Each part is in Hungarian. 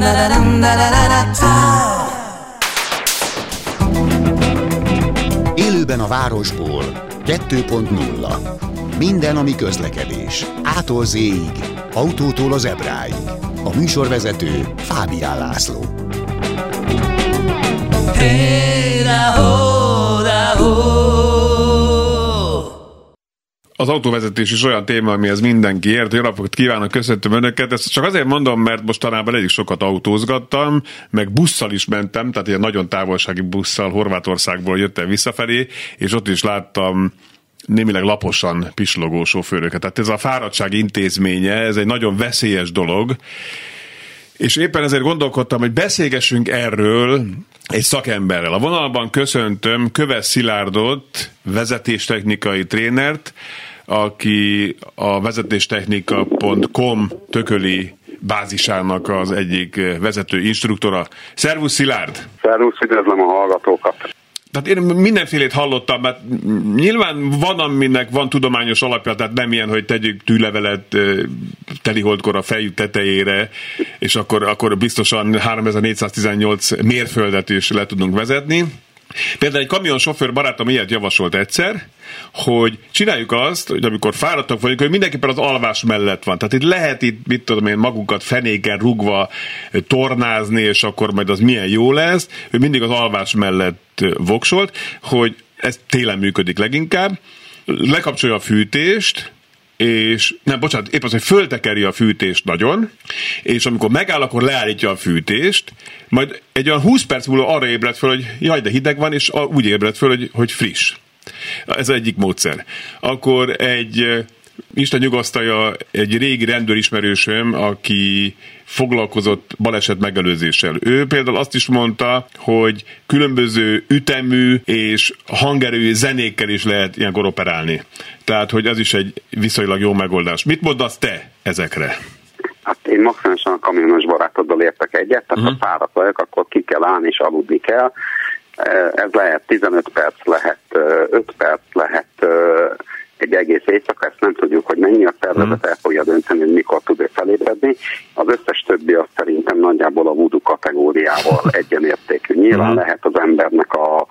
Élőben a városból 2.0. Minden, ami közlekedés. A-tól Z-ig, autótól az ebráig. A műsorvezető Fábián László. Az autóvezetés is olyan téma, amihez mindenki ért. Jó napot kívánok, köszöntöm Önöket. Ezt csak azért mondom, mert mostanában elég sokat autózgattam, meg busszal is mentem, tehát ilyen nagyon távolsági busszal Horvátországból jöttem visszafelé, és ott is láttam némileg laposan pislogó sofőröket. Tehát ez a fáradtság intézménye, ez egy nagyon veszélyes dolog, és éppen ezért gondolkodtam, hogy beszélgessünk erről egy szakemberrel. A vonalban köszöntöm Köves Szilárdot, vezetéstechnikai trénert, aki a vezetéstechnika.com tököli bázisának az egyik vezető instruktora. Szervusz, Szilárd! Szervusz, üdvözlöm a hallgatókat! Tehát én mindenfélét hallottam, mert nyilván van, aminek van tudományos alapja, tehát nem ilyen, hogy tegyük tűlevelet teliholdkor a fejük tetejére, és akkor biztosan 3418 mérföldet is le tudunk vezetni. Például egy kamionsofőr barátom ilyet javasolt egyszer, hogy csináljuk azt, hogy amikor fáradtak vagyunk, hogy mindenképpen az alvás mellett van. Tehát itt lehet mit tudom én, magunkat fenéken rugva tornázni, és akkor majd az milyen jó lesz. Ő mindig az alvás mellett voksolt, hogy ez télen működik leginkább. Lekapcsolja a fűtést, és épp az, hogy föltekeri a fűtést nagyon, és amikor megáll, akkor leállítja a fűtést, majd egy olyan 20 perc múlva arra ébred föl, hogy jaj, de hideg van, és úgy ébred föl, hogy friss. Ez egyik módszer. Akkor Isten nyugasztalja, egy régi rendőrismerősöm, aki foglalkozott baleset megelőzéssel. Ő például azt is mondta, hogy különböző ütemű és hangerőjű zenékkel is lehet ilyenkor operálni. Tehát, hogy ez is egy viszonylag jó megoldás. Mit mondasz te ezekre? Hát én maximálisan a kamionos barátoddal értek egyet, tehát ha fáradt vagyok, akkor ki kell állni és aludni kell. Ez lehet 15 perc, lehet 5 perc, lehet egy egész éjszaka, ezt nem tudjuk, hogy mennyi, a szervezet el fogja dönteni, hogy mikor tud felébredni. Az összes többi az szerintem nagyjából a voodoo kategóriával egyenértékű. Nyilván lehet az embernek a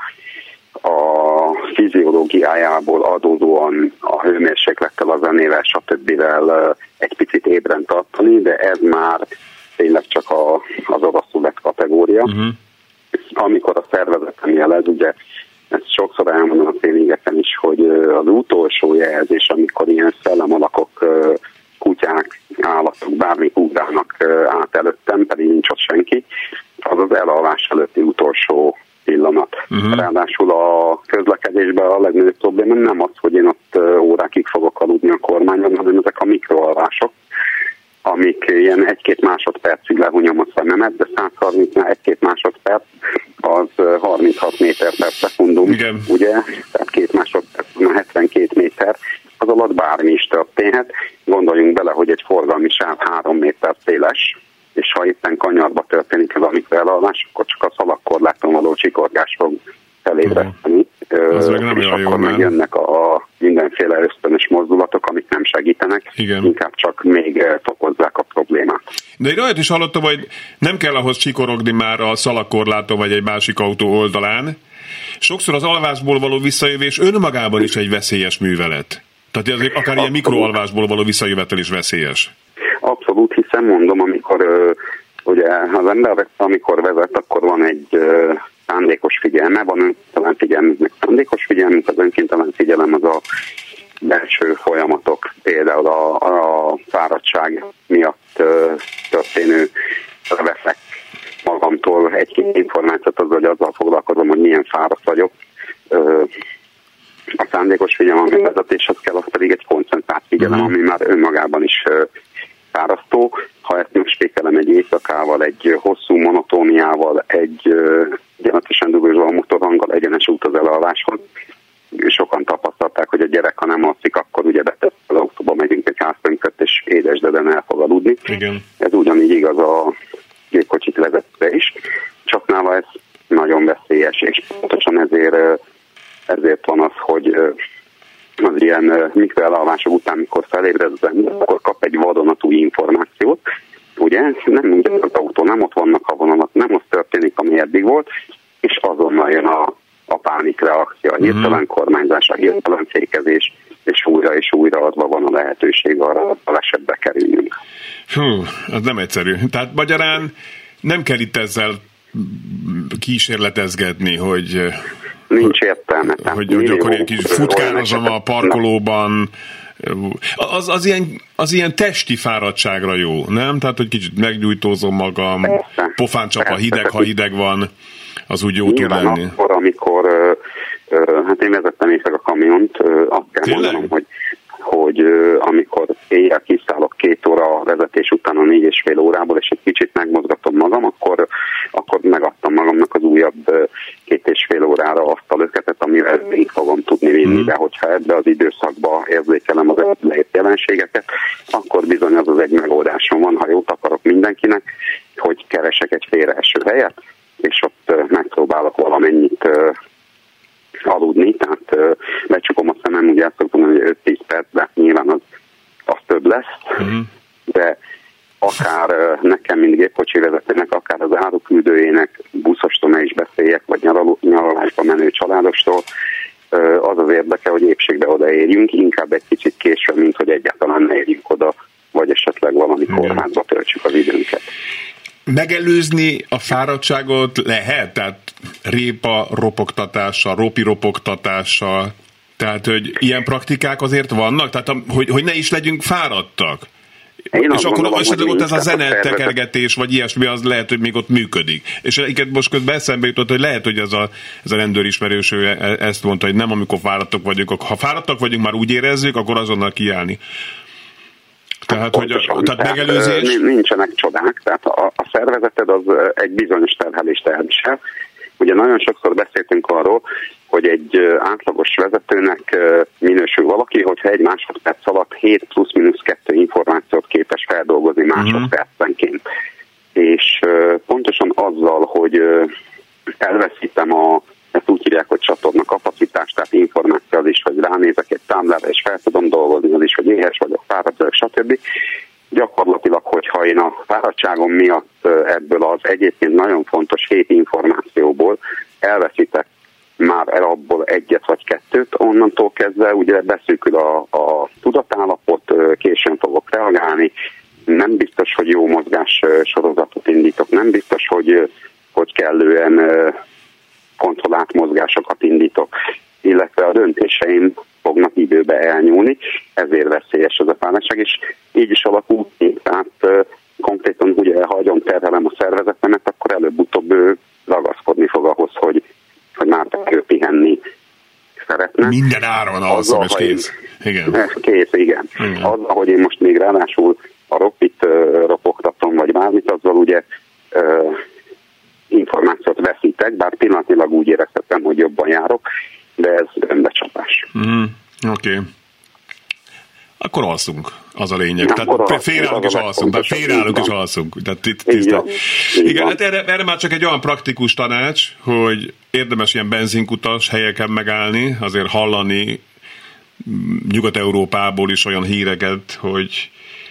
fiziológiájából adódóan a hőmérséklettel, a zenével, stb. Egy picit ébren tartani, de ez már tényleg csak az oraszulett kategória. Amikor a szervezetem jelez, ugye ezt sokszor elmondom a tréningeken is, hogy az utolsó jelzés, amikor ilyen szellemalakok, kutyák, állatok, bármik ugrálnak át előttem, pedig nincs ott senki, az az elalvás előtti utolsó pillanat. Ráadásul a közlekedésben a legnagyobb probléma nem az, hogy én ott órákig fogok aludni a kormányon, hanem ezek a mikroalvások, amik ilyen 1-2 másodpercig lehunyom a szememet, de 130-nál 1-2 másodperc az 36 méter per szekundum, ugye? Tehát 2 másodperc, 72 méter, az alatt bármi is történhet. Gondoljunk bele, hogy egy forgalmi sáv 3 méter széles, és ha éppen kanyarba történik az amikor elalvás, akkor csak a szalagkorláton való csikorgás fog felébreszteni, és akkor megjönnek a mindenféle ösztönös mozdulatok, amik nem segítenek, inkább csak még fokozzák a problémát. De én olyat is hallottam, hogy nem kell ahhoz csikorogni már a szalagkorláton vagy egy másik autó oldalán. Sokszor az alvásból való visszajövés önmagában is egy veszélyes művelet. Tehát azért akár ilyen mikroalvásból való visszajövetel is veszélyes. Abszolút, hiszen mondom, amikor ugye az ember, amikor vezet, akkor van egy szándékos figyelme, van önkéntelen figyelmünk, szándékos figyelmünk, az önkéntelen figyelem az a belső folyamatok, például a fáradtság miatt történő veszek magamtól egy-két információt azzal, hogy azzal foglalkozom, hogy milyen fáradt vagyok. A szándékos figyelem, ami vezetéshez kell, az pedig egy koncentrált figyelem, ami már önmagában is fárasztó. Ha ezt megspékelem egy éjszakával, egy hosszú monotóniával, egy gyanatosan dugózó motorhanggal, egyenes út az elalváshoz. Sokan tapasztalták, hogy a gyerek, ha nem alszik, akkor ugye betesz az autóba, megyünk egy háztönkret, és édesdeden el fog aludni. Igen. Ez ugyanígy igaz a gépkocsik vezetőre is. Csak nála ez nagyon veszélyes, és pontosan ezért van az, hogy az ilyen mikroelalvások után, mikor felébred az ember, akkor kap egy vadonatúj információt. Ugye nem mindegy az autón nem ott vannak a vonalak, nem az történik, ami eddig volt, és azonnal jön a pánikreakció, a hirtelen kormányzás, a hirtelen fékezés, és újra adva van a lehetőség arra, hogy balesetbe kerüljünk. Az nem egyszerű. Tehát magyarán nem kell itt ezzel kísérletezgetni, hogy nincs értelme. Hogy akkor egy kis futkározom a parkolóban, az ilyen testi fáradtságra jó, nem? Tehát, hogy kicsit meggyújtózom magam, pofán csap a hideg, ha hideg van, az úgy jó tud lenni. Akkor, amikor hát én vezettem éjszaka a kamiont, azt kell mondanom, hogy amikor éjjel kiszállok 2 óra vezetés után a 4,5 órából, és egy kicsit megmozgatom magam, akkor megadtam magamnak az újabb 2,5 órára azt a löketet, amivel így fogom tudni vinni, de hogyha ebbe az időszakba érzékelem az leért jelenségeket, akkor bizony az egy megoldásom van, ha jót akarok mindenkinek, hogy keresek egy félreeső helyet, és ott megpróbálok valamennyit aludni, tehát becsukom a szemem, ugye ezt szoktam mondani, hogy 5-10 perc, de nyilván az több lesz, de akár nekem, mint gépkocsi vezetőnek, akár az áruküldőjének, buszostól ne is beszéljek, vagy nyaralásba menő családostól, az az érdeke, hogy épségbe odaérjünk, inkább egy kicsit később, mint hogy egyáltalán ne érjünk oda, vagy esetleg valami kórházba töltsük az időnket. Megelőzni a fáradtságot lehet? Tehát répa ropogtatása, ropi ropogtatása, tehát hogy ilyen praktikák azért vannak? Tehát hogy ne is legyünk fáradtak? És akkor esetleg ott ez a zenetekergetés, vagy ilyesmi, az lehet, hogy még ott működik. És most közben eszembe jutott, hogy lehet, hogy ez a rendőrismerős ezt mondta, hogy nem amikor fáradtak vagyunk. Ha fáradtak vagyunk, már úgy érezzük, akkor azonnal kiállni. Tehát, tehát megelőzés... Nincsenek csodák, tehát a szervezeted az egy bizonyos terhelést elvisel. Ugye nagyon sokszor beszéltünk arról, hogy egy átlagos vezetőnek minősül valaki, hogyha egy másodperc alatt 7 +-2 információt képes feldolgozni másodpercenként. És pontosan azzal, hogy elveszítem ezt úgy hívják, hogy csatorna kapacitást, tehát információ az is, hogy ránézek egy táblára, és fel tudom dolgozni, az is, hogy éhes vagyok, fáradt vagyok, stb. Gyakorlatilag, hogyha én a fáradtságom miatt ebből az egyébként nagyon fontos 7 információból elveszítek már el abból 1 vagy 2, onnantól kezdve ugye beszűkül a tudatállapot, későn fogok reagálni, nem biztos, hogy jó mozgás sorozatot indítok, nem biztos, hogy kellően kontrollált mozgásokat indítok, illetve a döntéseim fognak időbe elnyúlni, ezért veszélyes ez a fáradtság, és így is alakul, tehát konkrétan ugye, ha agyon terhelem a szervezetemet, akkor előbb-utóbb ragaszkodni fog ahhoz, hogy már pihenni szeretne. Minden áron alszom, és kész. Igen. Kész, igen. Azzal, hogy én most még ráadásul a ropit ropogtatom, vagy bármit, azzal ugye információt veszítek, bár pillanatilag úgy éreztetem, hogy jobban járok, de ez önbecsapás. Oké. Akkor alszunk, az a lényeg. Tehát félreállunk és alszunk, tehát félreállunk és alszunk. Igen, hát erre már csak egy olyan praktikus tanács, hogy érdemes ilyen benzinkutas helyeken megállni, azért hallani Nyugat-Európából is olyan híreket, hogy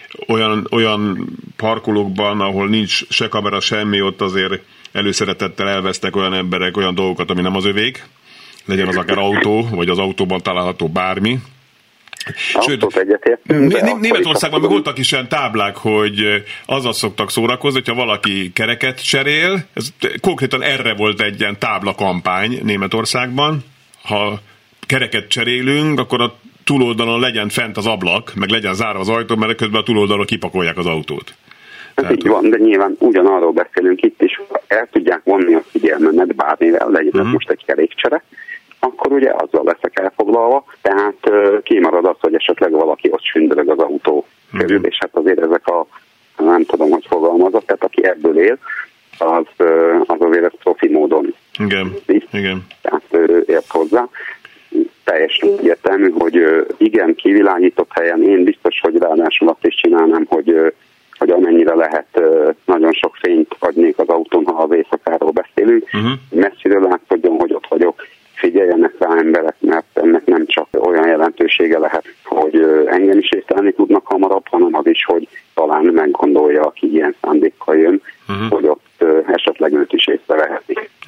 olyan parkolókban, ahol nincs se kamera, semmi, ott azért előszeretettel elvesztek olyan emberek olyan dolgokat, ami nem az övék. Legyen az akár autó, vagy az autóban található bármi. Sőt, Németországban még voltak is olyan táblák, hogy azzal szoktak szórakozni, hogyha valaki kereket cserél, ez konkrétan erre volt egy ilyen táblakampány Németországban, ha kereket cserélünk, akkor a túloldalon legyen fent az ablak, meg legyen zárva az ajtó, mert közben a túloldalon kipakolják az autót. Tehát... Így van, de nyilván ugyanarról beszélünk itt is, el tudják vonni a figyelmemet bármivel, legyen most egy kerékcsere, akkor ugye azzal leszek elfoglalva, tehát kimarad az, hogy esetleg valaki ott sündörög az autó körül, és hát azért ezek nem tudom, hogy fogalmazok, tehát aki ebből él, az azért ez profi módon. Igen. Tehát ért hozzá. Teljesen egyértelmű, hogy igen, kivilágított helyen én biztos, hogy ráadásul azt is csinálnám, hogy amennyire lehet nagyon sok fényt adnék az autón, ha az éjszakáról beszélünk, messziről látszódjon, hogy ott vagyok, figyeljenek rá emberek, mert ennek nem csak olyan jelentősége lehet, hogy engem is észlelni tudnak hamarabb, hanem az is, hogy talán meggondolja, aki ilyen szándékkal jön, hogy ott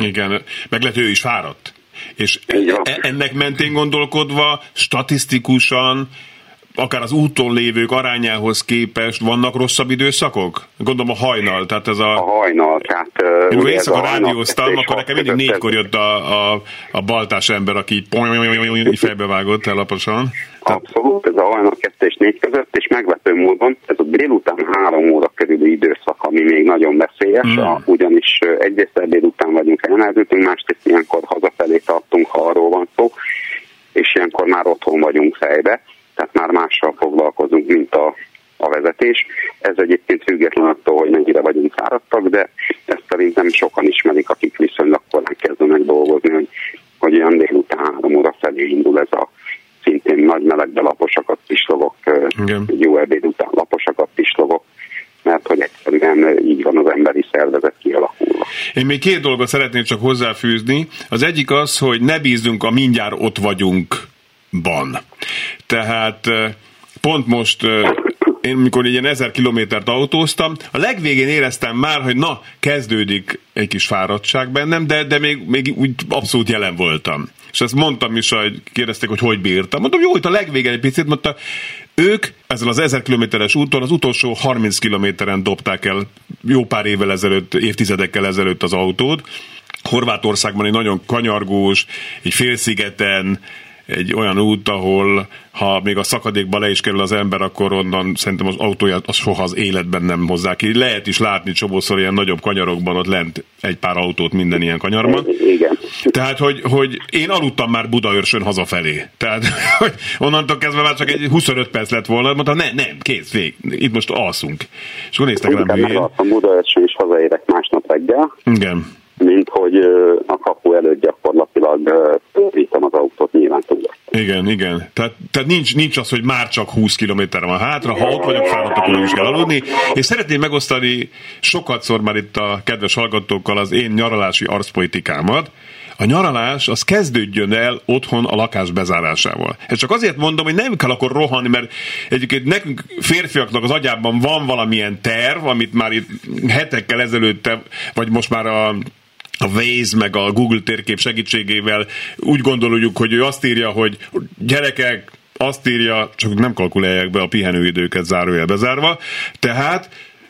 Igen, meg lehet, ő is fáradt. És ennek mentén gondolkodva statisztikusan, akár az úton lévők arányához képest vannak rosszabb időszakok? Gondolom a hajnal, tehát ez a hajnal, tehát... Én éjszaka rádióztam, akkor nekem mindig 4-kor jött a baltás ember, aki így fejbevágott elaposan. Abszolút, ez a hajnal 2 és 4 között, és meglepő módon ez a délután 3 óra körüli időszak, ami még nagyon veszélyes, ugyanis egyrészt ebéd után vagyunk elnehezültünk, másrészt ilyenkor hazafelé tartunk, ha arról van szó, és ilyenkor már otthon vagyunk fejbe, tehát már mással foglalkozunk, mint a vezetés. Ez egyébként független attól, hogy mennyire vagyunk fáradtak, de ezt szerintem sokan ismerik, akik viszonylag korán kezdenek dolgozni, hogy olyan délután 3 óra felé indul ez a szintén nagy melegbe laposakat pislogok, jó ebéd után laposakat pislogok, mert hogy egyszerűen így van az emberi szervezet kialakulva. Én még 2 dolgot szeretnék csak hozzáfűzni. Az egyik az, hogy ne bízzunk a mindjárt ott vagyunkban. Tehát pont most én mikor ilyen 1000 kilométert autóztam, a legvégén éreztem már, hogy na, kezdődik egy kis fáradtság bennem, de még úgy abszolút jelen voltam. És ezt mondtam is, hogy kérdezték, hogy bírtam. Mondtam, jó, itt a legvégén egy picit, mondta, ők ezzel az 1000 kilométeres úton az utolsó 30 kilométeren dobták el jó pár évvel ezelőtt, évtizedekkel ezelőtt az autót. Horvátországban egy nagyon kanyargós, egy félszigeten, egy olyan út, ahol ha még a szakadékba le is kerül az ember, akkor onnan szerintem az autóját az soha az életben nem hozzák ki. Lehet is látni csomószor ilyen nagyobb kanyarokban, ott lent egy pár autót minden ilyen kanyarban. Igen. Tehát, hogy én aludtam már Budaörsön hazafelé. Tehát, hogy onnantól kezdve már csak egy 25 perc lett volna, mondtam, nem, kész, vég, itt most alszunk. És akkor néztek rám hülyén. Megalszom Budaörsön, és hazaérek másnap reggel. Igen. Mint hogy a kapu előtt gyakorlatilag vittem az autót nyilván tudott. Igen. Tehát nincs az, hogy már csak 20 kilométerre van hátra, ha ott vagyok fáradt, akkor is kell aludni. És szeretném megosztani sokatszor már itt a kedves hallgatókkal az én nyaralási arcpolitikámat. A nyaralás az kezdődjön el otthon a lakás bezárásával. Ezt csak azért mondom, hogy nem kell akkor rohanni, mert egyébként nekünk férfiaknak az agyában van valamilyen terv, amit már itt hetekkel ezelőtt, vagy most már a Waze meg a Google térkép segítségével úgy gondoljuk, hogy ő azt írja, hogy gyerekek, azt írja, csak nem kalkulálják be a pihenőidőket zárójel bezárva, tehát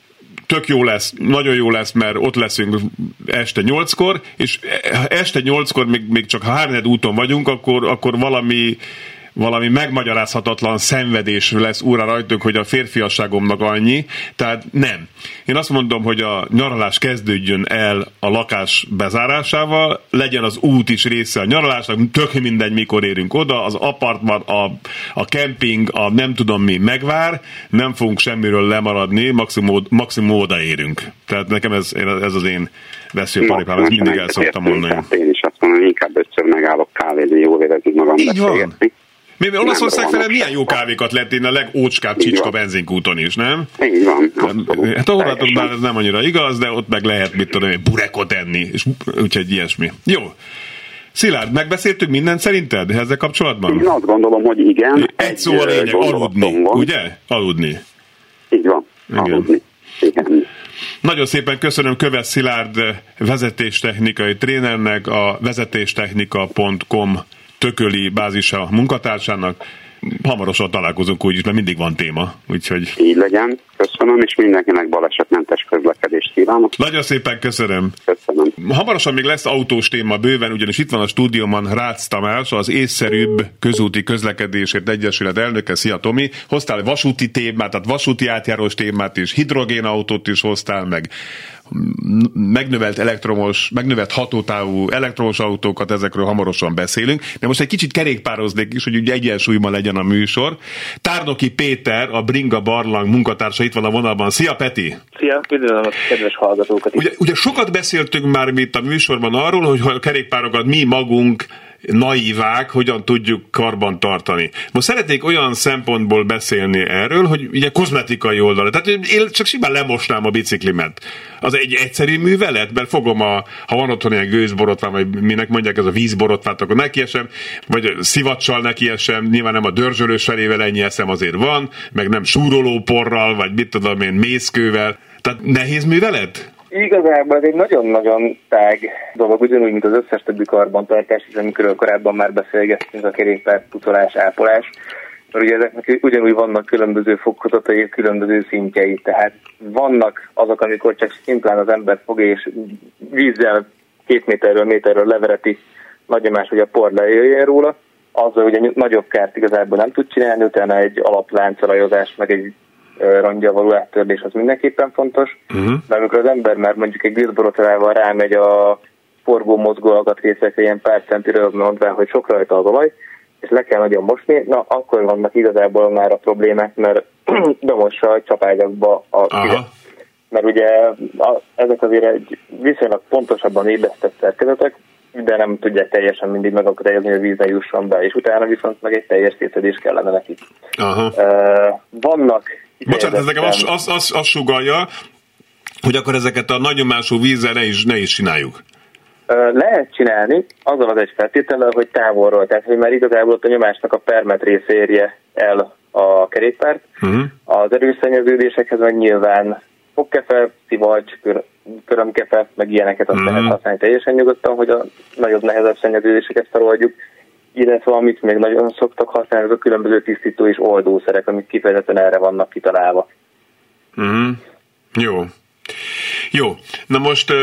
tök jó lesz, nagyon jó lesz, mert ott leszünk este 8-kor, és este 8-kor még csak ha 3 úton vagyunk, akkor valami megmagyarázhatatlan szenvedés lesz úrra rajtunk, hogy a férfiasságomnak annyi. Tehát nem. Én azt mondom, hogy a nyaralás kezdődjön el a lakás bezárásával, legyen az út is része a nyaralásnak, tök mindegy, mikor érünk oda, az apartman, a kemping, a nem tudom mi megvár, nem fogunk semmiről lemaradni, maximum odaérünk. Tehát nekem ez az én veszőparipám, ezt mindig el szoktam mondani. Én is azt mondom, hogy inkább 5-ször megállok kávézni, jól érezni magam beszélgetni. Még Olaszország felé milyen jó kávékat lehet inni a legócskább csicska benzinkúton is, nem? Így van. Hát a horvátoknál ez nem annyira igaz, de ott meg lehet, mit tudom, burekot enni, és úgyhogy ilyesmi. Jó. Szilárd, megbeszéltük mindent szerinted ezzel kapcsolatban? Én azt gondolom, hogy igen. Egy szó a lényeg, aludni, ugye? Aludni. Így van, aludni. Igen. Nagyon szépen köszönöm Köves Szilárd vezetéstechnikai trénernek, a vezetéstechnika.com tököli bázisa munkatársának. Hamarosan találkozunk úgyis, mert mindig van téma. Úgyhogy... Így legyen. Köszönöm, és mindenkinek balesetmentes közlekedést kívánok. Nagyon szépen köszönöm. Köszönöm. Hamarosan még lesz autós téma bőven, ugyanis itt van a stúdióban Rácz Tamás, az Észszerűbb Közúti Közlekedésért Egyesület elnöke. Szia, Tomi! Hoztál vasúti témát, tehát vasúti átjárós témát is, hidrogénautót is hoztál meg, megnövelt hatótávú elektromos autókat, ezekről hamarosan beszélünk. De most egy kicsit kerékpároznék is, hogy ugye egyensúlyban legyen a műsor. Tárnoki Péter, a Bringa Barlang munkatársa itt van a vonalban. Szia, Peti! Szia, üdvözlöm a kedves hallgatókat is. Ugye sokat beszéltünk már itt a műsorban arról, hogy a kerékpárokat mi magunk naívák, hogyan tudjuk karban tartani. Most szeretnék olyan szempontból beszélni erről, hogy ugye kozmetikai oldalra. Tehát én csak simán lemosnám a biciklimet. Az egy egyszerű művelet, mert fogom ha van otthon ilyen gőzborotván, vagy minek mondják, ez a vízborotvát, akkor nekiesem, vagy szivacsal nekiesem, nyilván nem a dörzsölős felével ennyi eszem azért van, meg nem súrolóporral, vagy mit tudom én, mészkővel. Tehát nehéz művelet? Igazából ez egy nagyon-nagyon tág dolog, ugyanúgy, mint az összes többi karbantartás, és amikről korábban már beszélgettünk, a kerékpár, pucolás, ápolás. Mert ugye ezeknek ugyanúgy vannak különböző fokozatai, különböző szintjei, tehát vannak azok, amikor csak szimplán az ember fogja és vízzel 2 méterről levereti nagy nyomás, hogy a por lejöjjön róla, azzal ugye nagyobb kárt igazából nem tud csinálni, utána egy alapláncalajozás, meg egy rongyal való áttörlés az mindenképpen fontos, de amikor az ember már mondjuk egy grilborotelával rámegy a forgó mozgó alkatrészekre ilyen pár centiről, mondván, hogy sok rajta az olaj, és le kell nagyon mosni, na akkor vannak igazából már a problémák, mert bemossa a csapágyakba a szívet. Mert ugye ezek azért egy viszonylag pontosabban ébresztett szerkezetek, de nem tudják teljesen mindig megakadályozni, hogy a víz ne jusson be, és utána viszont meg egy teljes szétszedés kellene nekik. Vannak... Bocsánat, ez nekem azt sugallja, hogy akkor ezeket a nagy nyomású vízzel ne is csináljuk. Lehet csinálni, azzal az egy feltétellel, hogy távolról, tehát hogy már igazából ott a nyomásnak a permetrész érje el a kerékpárt. Az erőszennyeződésekhez meg nyilván fogkefe, szivacs, körömkefe, meg ilyeneket azt lehet használni teljesen nyugodtan, hogy a nagyobb, nehezebb szennyeződéseket feloldjuk, illetve amit még nagyon szoktak használni, azok a különböző tisztító és oldószerek, amik kifejezetten erre vannak kitalálva. Jó. Na most,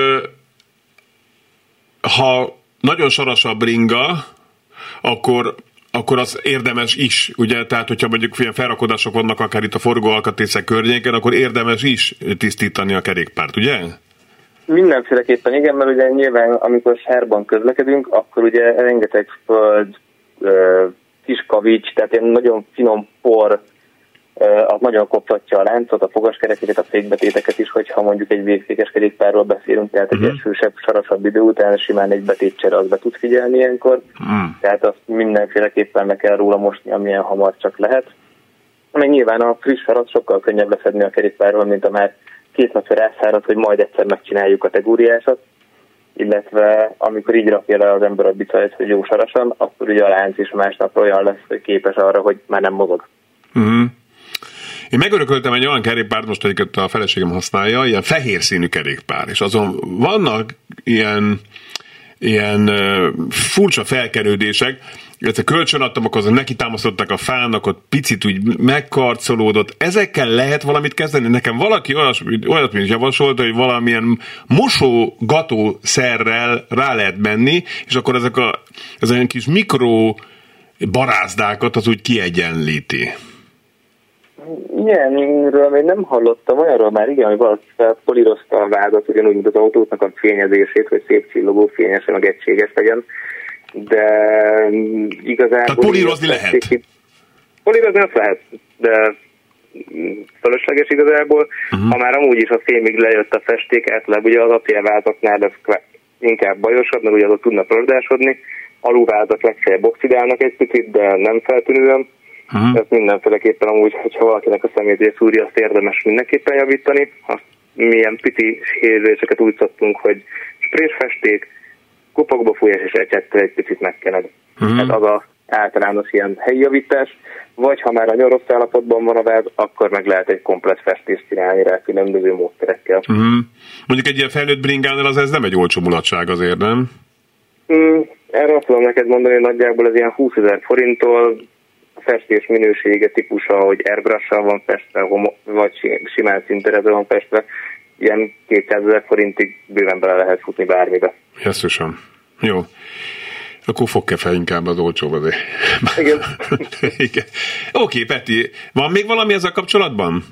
ha nagyon saras a bringa, akkor az érdemes is, ugye, tehát hogyha mondjuk ilyen felrakodások vannak akár itt a forgóalkatrészek környéken, akkor érdemes is tisztítani a kerékpárt, ugye? Mindenféleképpen igen, mert ugye nyilván amikor sárban közlekedünk, akkor ugye rengeteg föld, kis kavics, tehát ilyen nagyon finom por, az nagyon koptatja a láncot, a fogaskerekeket, a fékbetéteket is, hogyha mondjuk egy végfékes kerékpárról beszélünk, tehát egy esősebb, sarasabb idő után simán egy betétcsere az be tud figyelni ilyenkor, tehát azt mindenféleképpen le kell róla mosni, amilyen hamar csak lehet. Meg nyilván a friss sarat sokkal könnyebb leszedni a kerékpárról, mint a már 2 napja rászárad, hogy majd egyszer megcsináljuk kategóriásat, illetve amikor így rakja le az ember a bicajt, hogy jó sarasan, akkor ugye a lánc is másnap olyan lesz, hogy képes arra, hogy már nem mozog. Én megörököltem egy olyan kerékpárt, most egyiket a feleségem használja, ilyen fehér színű kerékpár, és azon vannak ilyen furcsa felkenődések, illetve kölcsönadtam, akkor azon neki támasztották a fának, ott picit úgy megkarcolódott. Ezekkel lehet valamit kezdeni? Nekem valaki olyat javasolta, hogy valamilyen mosogató szerrel rá lehet menni, és akkor ezek olyan kis mikro barázdákat az úgy kiegyenlíti. Ilyenről még nem hallottam, olyanról már igen, hogy valaki polírozta a vádat, ugyanúgy, mint az autóknak a fényezését, hogy szép csillogó, fényesen, meg egységes legyen, de igazából... Tehát polírozni lehet? Polírozni azt lehet, de fölösleges igazából. Ha már amúgy is a fémig lejött a festék, általában ugye az acélvázaknál ez inkább bajosabb, mert ugye azok tudnak rozsdásodni, alulvázak legfeljebb oxidálnak egy picit, de nem feltűnően. Ez mindenféleképpen amúgy, hogyha valakinek a szemétje szúrja, azt érdemes mindenképpen javítani. Azt milyen pici sérüléseket úgy szoktunk, hogy sprésfesték, kupakba fújás és ecsettel egy picit megkened. Hát az az általános ilyen helyi javítás, vagy ha már nagyon rossz állapotban van a váz, akkor meg lehet egy komplett festést csinálni rá különböző módszerekkel. Mondjuk egy ilyen felnőtt bringánál az ez nem egy olcsó mulatság azért, nem? Erre azt tudom neked mondani, hogy nagyjából ez ilyen 20 000 forinttól, a festés minősége típusa, hogy airbrush-sal van festve, vagy simán színterező van festve, ilyen 200 000 forintig bőven bele lehet futni bármibe. Jesszusom. Jó. Akkor fogkefe inkább az olcsóbb azért. Igen. Igen. Oké, Peti, van még valami ezzel kapcsolatban?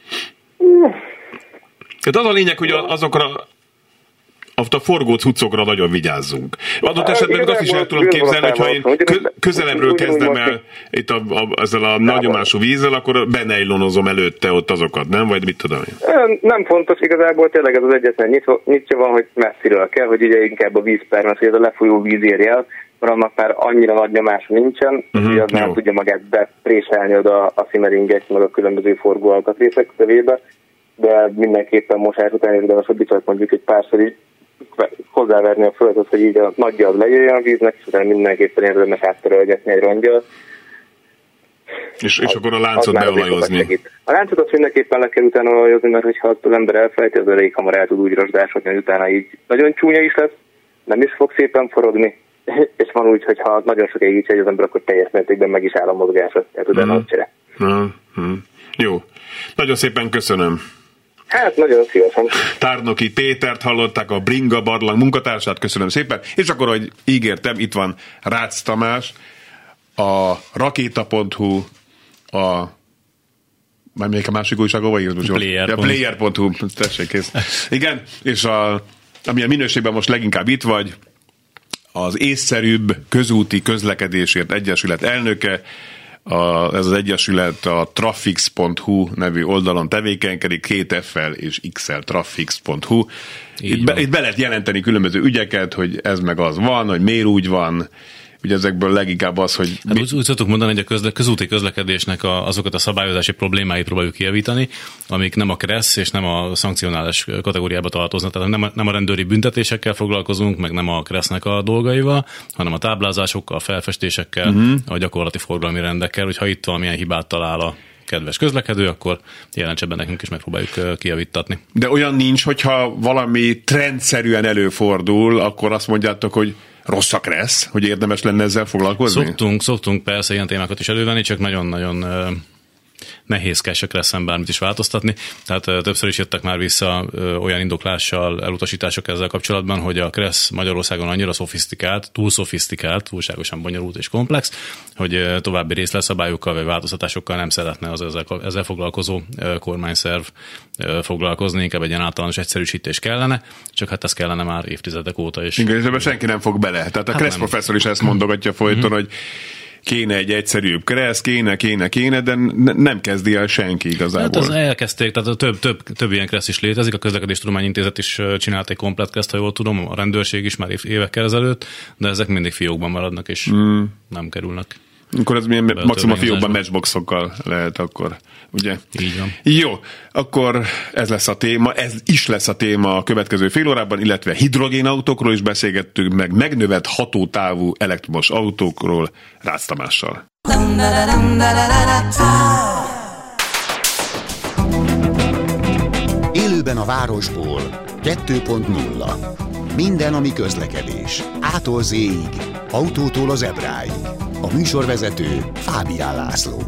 Tehát az a lényeg, hogy azokra a forgó cuccokra nagyon vigyázzunk. Adott esetben azt is el tudom képzelni, hogyha én közelebbről kezdem el itt ezzel a nagyomású vízzel, akkor benejlonozom előtte ott azokat, nem? Vagy mit tudom én? Nem fontos igazából, tényleg ez az egyetlen nyitja van, hogy messziről kell, hogy ugye inkább a vízpermet, hogy ez a lefolyó víz érje el, mert annak már annyira nagy nyomása nincsen, hogy az nem tudja magát bepréselni oda a szimmeringek, meg a különböző forgó alkatrészek szövébe, de mindenképpen mosás után érdemes a bicajt mondjuk egy párszor így hozzáverni a földet, hogy így a nagyjabb lejöjjön a víznek, és utána mindenképpen érdemes átterelgetni egy rongyal. És akkor a láncot beolajozni. A láncot azt mindenképpen le kell utána olajozni, mert hogyha az ember elfelejti, az elég hamar el tud úgy rozsdásodni, hogy utána így nagyon csúnya is lesz, nem is fog szépen forogni, és van úgy, hogy ha nagyon sok égítse az ember, akkor teljes mértékben meg is áll a mozgása, tehát utána ott csere. Jó. Nagyon szépen köszönöm. Hát, nagyon szívesen. Tárnoki Pétert hallották, a Bringa Barlang munkatársát, köszönöm szépen. És akkor, ahogy ígértem, itt van Rácz Tamás, a rakéta.hu, még a másik újságban írt? Player.hu, tessék, kész. Igen, és amilyen minőségben most leginkább itt vagy, az észszerűbb közúti közlekedésért egyesület elnöke, ez az egyesület a trafix.hu nevű oldalon tevékenykedik, 2 F-fel és X-el, trafix.hu. Itt be lehet jelenteni különböző ügyeket, hogy ez meg az van, hogy miért úgy van. Ugye ezekből leginkább az, hogy... Hát úgy szoktuk mondani, hogy a közúti közlekedésnek azokat a szabályozási problémáit próbáljuk kijavítani, amik nem a KRESZ és nem a szankcionális kategóriába tartoznak. Tehát nem a rendőri büntetésekkel foglalkozunk, meg nem a KRESZ-nek a dolgaival, hanem a táblázásokkal, a felfestésekkel, a gyakorlati forgalmi rendekkel. Hogyha itt valamilyen hibát talál a kedves közlekedő, akkor jelentse be nekünk, és megpróbáljuk kijavítatni. De olyan nincs, hogyha valami trendszerűen előfordul, akkor azt mondjátok, hogy rossz a KRESZ, hogy érdemes lenne ezzel foglalkozni? Szoktunk persze ilyen témákat is elővenni, csak nagyon-nagyon nehézkes a KRESZ-en bármit is változtatni. Tehát többször is jöttek már vissza olyan indoklással elutasítások ezzel kapcsolatban, hogy a KRESZ Magyarországon annyira szofisztikált, túlságosan bonyolult és komplex, hogy további részletszabályokkal vagy változtatásokkal nem szeretne az ezzel foglalkozó kormányszerv foglalkozni, inkább egy ilyen általános egyszerűsítés kellene, csak hát ez kellene már évtizedek óta is. Igen, és ebben senki nem fog bele. Tehát a KRESZ professzor is ezt mondogatja folyton, hogy kéne egy egyszerűbb KRESZ, kéne, de nem kezdi el senki igazából. Hát az elkezdték, tehát több ilyen KRESZ is létezik, a Közlekedéstudományintézet is csinált egy komplett KRESZ-t, ha jól tudom, a rendőrség is már évekkel ezelőtt, de ezek mindig fiókban maradnak, és nem kerülnek. Akkor ez milyen maximum a fiókban matchboxokkal lehet akkor, ugye? Így van. Jó, akkor ez lesz a téma, ez is lesz a téma a következő fél órában, illetve hidrogénautókról is beszélgettünk, meg megnövett hatótávú elektromos autókról Rácz Tamással. Élőben a városból 2.0. Minden, ami közlekedés. A-tól Z-ig, autótól az ebráig. A műsorvezető Fábián László.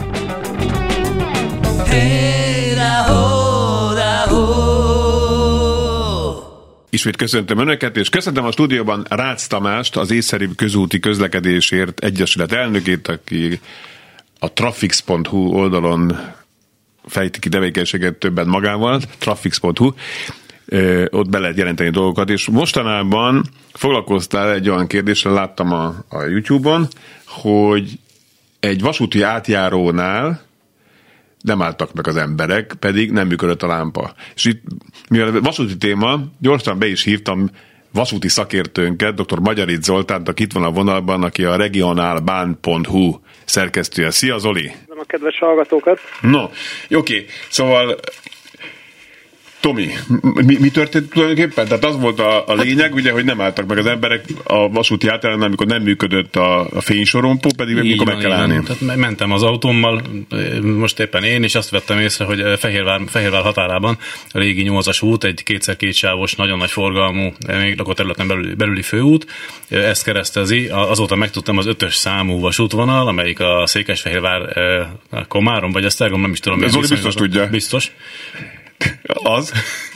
Ismét köszöntöm Önöket, és köszöntöm a stúdióban Rácz Tamást, az észszerűbb közúti közlekedésért egyesület elnökét, aki a trafix.hu oldalon fejti ki tevékenységet többet magával, trafix.hu, ott be lehet jelenteni dolgokat, és mostanában foglalkoztál egy olyan kérdéssel, láttam a YouTube-on, hogy egy vasúti átjárónál nem álltak meg az emberek, pedig nem működött a lámpa. És itt, mivel vasúti téma, gyorsan be is hívtam vasúti szakértőnket, dr. Magyarics Zoltánt, aki itt van a vonalban, aki a regionalbahn.hu szerkesztője. Szia, Zoli! A kedves hallgatókat! No, oké. Szóval Tomi, mi történt tulajdonképpen? Tehát az volt a lényeg, ugye, hogy nem álltak meg az emberek a vasúti átjárón, amikor nem működött a fénysorompó, pedig mikor meg kell állni. Tehát mentem az autómmal, most éppen én, és azt vettem észre, hogy Fehérvár határában a régi 8-as út, egy 2x2 sávos, nagyon nagy forgalmú, még lakóterületen belüli főút, ezt keresztezi. Azóta megtudtam az 5-ös számú vasútvonal, amelyik a Székesfehérvár Komárom, vagy Esztergom, nem is tudom. Ez biztos tudja. Biztos. Az?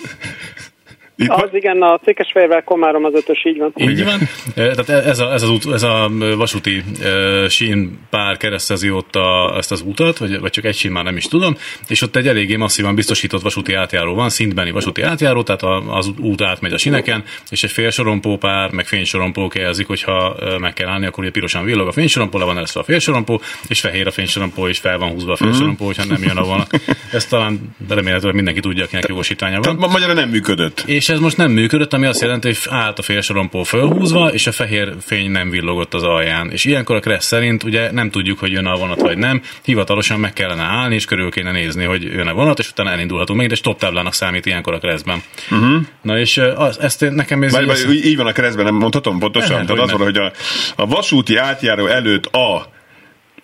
Igen, a Székesfehérvár Komárom az 5-ös, így van. Így van. Tehát ez a vasúti sínpár keresztezi ott ezt az utat, vagy csak egy sín, már nem is tudom, és ott egy eléggé masszívan biztosított vasúti átjáró van, szintbeni vasúti átjáró, tehát az út átmegy a síneken, és egy félsorompópár, meg fénysorompók jelzik, hogyha meg kell állni, akkor ugye pirosan villog a fénysorompó, le van eresztve a félsorompó, és fehér a fénysorompó, és fel van húzva a félsorompó, hogyha nem jön a vonat. Ezt talán remélhetőleg mindenki tudja, akinek jogosítványa van. Magyarul nem működött. És ez most nem működött, ami azt jelenti, hogy állt a félsorompó fölhúzva, és a fehér fény nem villogott az alján. És ilyenkor a KRESZ szerint ugye nem tudjuk, hogy jön a vonat vagy nem. Hivatalosan meg kellene állni, és körül kéne nézni, hogy jön a vonat, és utána elindulhatunk meg, de stop táblának számít ilyenkor a KRESZ-ben. Na és ezt nekem így van a KRESZ-ben, nem mondhatom pontosan? Tehát az van, hogy a vasúti átjáró előtt a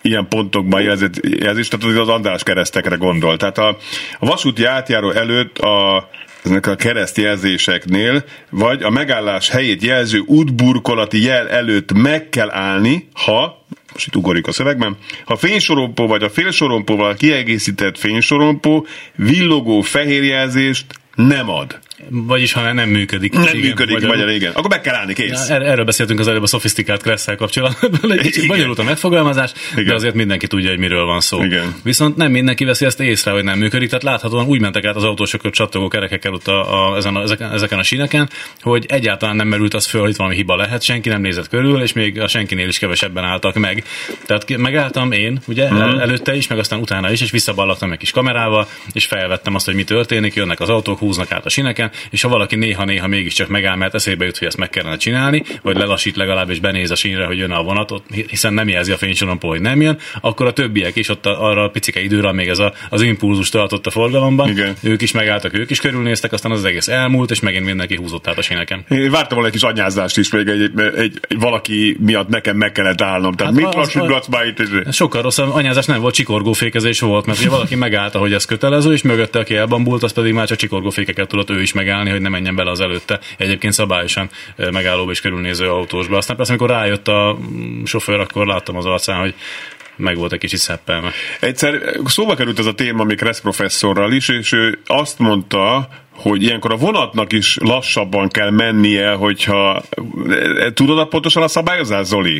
ilyen pontokban jelzés, tehát az András keresztekre gondol. Tehát a vasúti átjáró előtt ezek a keresztjelzéseknél, vagy a megállás helyét jelző útburkolati jel előtt meg kell állni, most itt ugorjuk a szövegben, ha fénysorompó vagy a félsorompóval kiegészített fénysorompó villogó fehér jelzést nem ad. Vagyis, ha nem működik. Nem működik, igen. Akkor meg kell állni, kész. Erről beszéltünk az előbb a szofisztikált Kresszel kapcsolatban. Egy kicsit bonyolult a megfogalmazás, de azért mindenki tudja, hogy miről van szó. Igen. Viszont nem mindenki veszi ezt észre, hogy nem működik, tehát láthatóan úgy mentek át az autósok csattogó kerekekkel ott ezeken a síneken, hogy egyáltalán nem merült az föl, hogy itt valami hiba lehet, senki nem nézett körül, és még a senkinél is kevesebben álltak meg. Tehát megálltam én, ugye, előtte is, meg aztán utána is, és visszaballagtam egy kis kamerával, és felvettem azt, hogy mi történik, jönnek az autók, húznak át a síneken, és ha valaki néha mégiscsak megáll, mert eszébe jut, hogy ezt meg kellene csinálni, vagy lelassít legalább, és benéz a sínre, hogy jön a vonatot, hiszen nem jelzi a fénysorompó, hogy nem jön, akkor a többiek is ott arra a picike időre, még ez az impulzus tartott a forgalomban, igen. Ők is megálltak, ők is körülnéztek, aztán az egész elmúlt, és megint mindenki húzott át a síneken. Én vártam volna egy kis anyázást is, még egy valaki miatt nekem meg kellett állnom. Tehát mit lassítgatsz már itt? Sokkal rosszabb anyázás nem volt, csikorgófékezés volt, mert ugye valaki megállta, hogy ez kötelező, és mögötte, aki elbambult, az pedig már csak csikorgófékeket tudott ő is megállni, hogy ne menjen bele az előtte egyébként szabályosan megállóba és körülnéző autósba. Aztán persze, amikor rájött a sofőr, akkor láttam az arcán, hogy meg volt egy kicsit szeppelme. Egyszer szóba került ez a téma még Kressz professzorral is, és ő azt mondta, hogy ilyenkor a vonatnak is lassabban kell mennie, hogyha... Tudod pontosan a szabályozás, Zoli?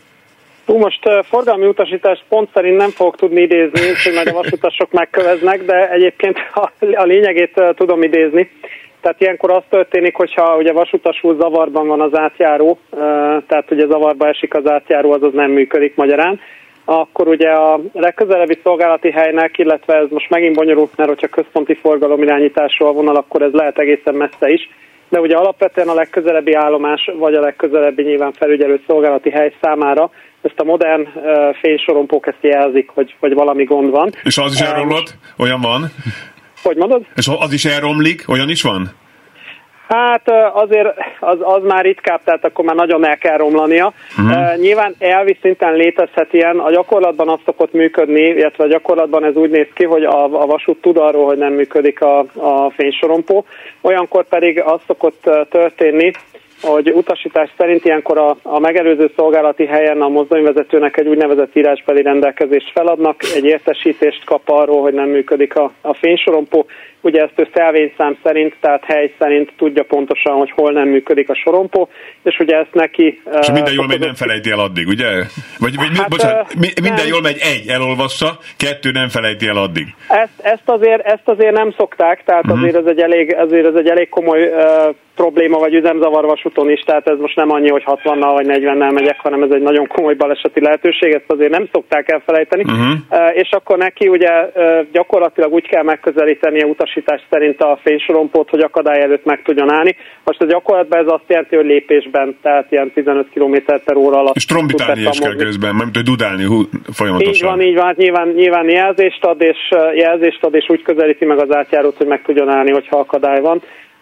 Most forgalmi utasítást pont szerint nem fogok tudni idézni, hogy majd a vasutasok megköveznek, de egyébként a lényegét tudom idézni. Tehát ilyenkor az történik, hogyha ugye vasutasul zavarban van az átjáró, tehát ugye zavarba esik az átjáró, azaz nem működik magyarán, akkor ugye a legközelebbi szolgálati helynek, illetve ez most megint bonyolult, mert hogyha központi forgalomirányításról vonal, akkor ez lehet egészen messze is, de ugye alapvetően a legközelebbi állomás, vagy a legközelebbi nyilván felügyelő szolgálati hely számára ezt a modern fénysorompók ezt jelzik, hogy valami gond van. És az is elromlott? Olyan van? Hogy mondod? És az is elromlik? Olyan is van? Hát azért az már ritkább, tehát akkor már nagyon el kell romlania. Nyilván elvi szinten létezhet ilyen, a gyakorlatban az szokott működni, illetve a gyakorlatban ez úgy néz ki, hogy a vasút tud arról, hogy nem működik a fénysorompó. Olyankor pedig az szokott történni, hogy utasítás szerint ilyenkor a megelőző szolgálati helyen a mozdonyvezetőnek egy úgynevezett írásbeli rendelkezést feladnak, egy értesítést kap arról, hogy nem működik a fénysorompó. Ugye ezt ő szelvényszám szerint, tehát hely szerint tudja pontosan, hogy hol nem működik a sorompó, és ugye ezt neki... És minden jól megy, nem felejti el addig, ugye? Vagy bocsánat, minden jól megy, 1 elolvassa, 2 nem felejti el addig. Ezt azért nem szokták, tehát azért ez egy elég komoly probléma, vagy üzemzavar vasúton is, tehát ez most nem annyi, hogy 60-nal vagy 40-nel megyek, hanem ez egy nagyon komoly baleseti lehetőség, ezt azért nem szokták elfelejteni. És akkor neki ugye gyakorlatilag úgy kell megközelíteni a utasítás szerint a fénysorompót, hogy akadály előtt meg tudjon állni. Most a gyakorlatban ez azt jelenti, hogy lépésben, tehát ilyen 15 km/h alatt. És trombitálni is kell közben, mert hogy dudálni folyamatosan. Így van, nyilván jelzést ad, és úgy közelíti meg az átjárót, hogy meg tudjon állni, hogyha akadály van.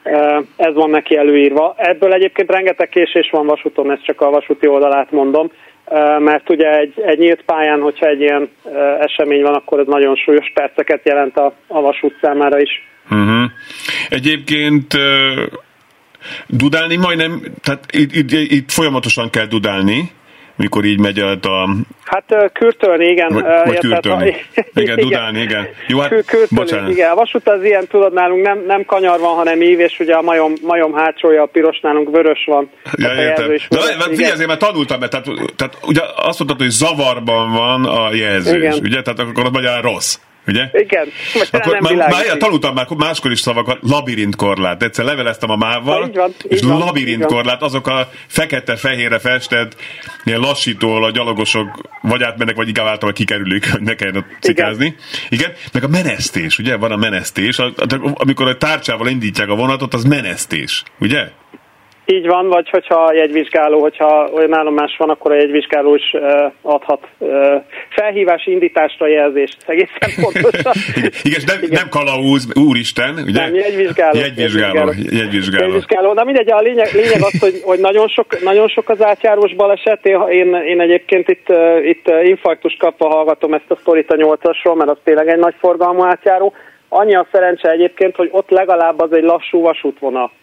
Ez van neki előírva. Ebből egyébként rengeteg késés van vasúton, ezt csak a vasúti oldalát mondom, mert ugye egy nyílt pályán, hogyha egy ilyen esemény van, akkor ez nagyon súlyos perceket jelent a vasút számára is. Egyébként dudálni majdnem, tehát itt folyamatosan kell dudálni, mikor így megy a... Hát kürtölni, igen. Vagy kürtölni. Igen, dudálni, igen. Jó, hát, bocsánat. Igen, a vasút az ilyen, tudod, nálunk nem kanyar van, hanem ív, és ugye a majom hátsója, a piros, nálunk vörös van. Ja, értem. De figyelj, azért már tanultam, mert tehát ugye azt mondtad, hogy zavarban van a jelzés, igen. Ugye? Tehát akkor az magyarán rossz. Ugye? Igen. Akkor már tanultam már máskor is szavakat, labirintkorlát. Egyszer leveleztem a mávval, és labirintkorlát, azok a fekete-fehérre festett ilyen lassítól a gyalogosok vagy átmennek, vagy inkább általában kikerülik, hogy ne kelljen ott cikázni. Igen. Meg a menesztés, ugye? Van a menesztés. Amikor a tárcsával indítják a vonatot, az menesztés, ugye? Így van, vagy hogyha a jegyvizsgáló, hogyha olyan állomás van, akkor a jegyvizsgáló is adhat felhívási indításra jelzést, egészen pontosan. Igen, nem kalauz, úristen, ugye? Nem, jegyvizsgáló. Na mindegy, a lényeg az, hogy nagyon sok az átjárós baleset. Én egyébként itt infarktust kapva hallgatom ezt a sztorit a 8-asról, mert az tényleg egy nagy forgalmú átjáró. Annyi a szerencse egyébként, hogy ott legalább az egy lassú vasútvonal.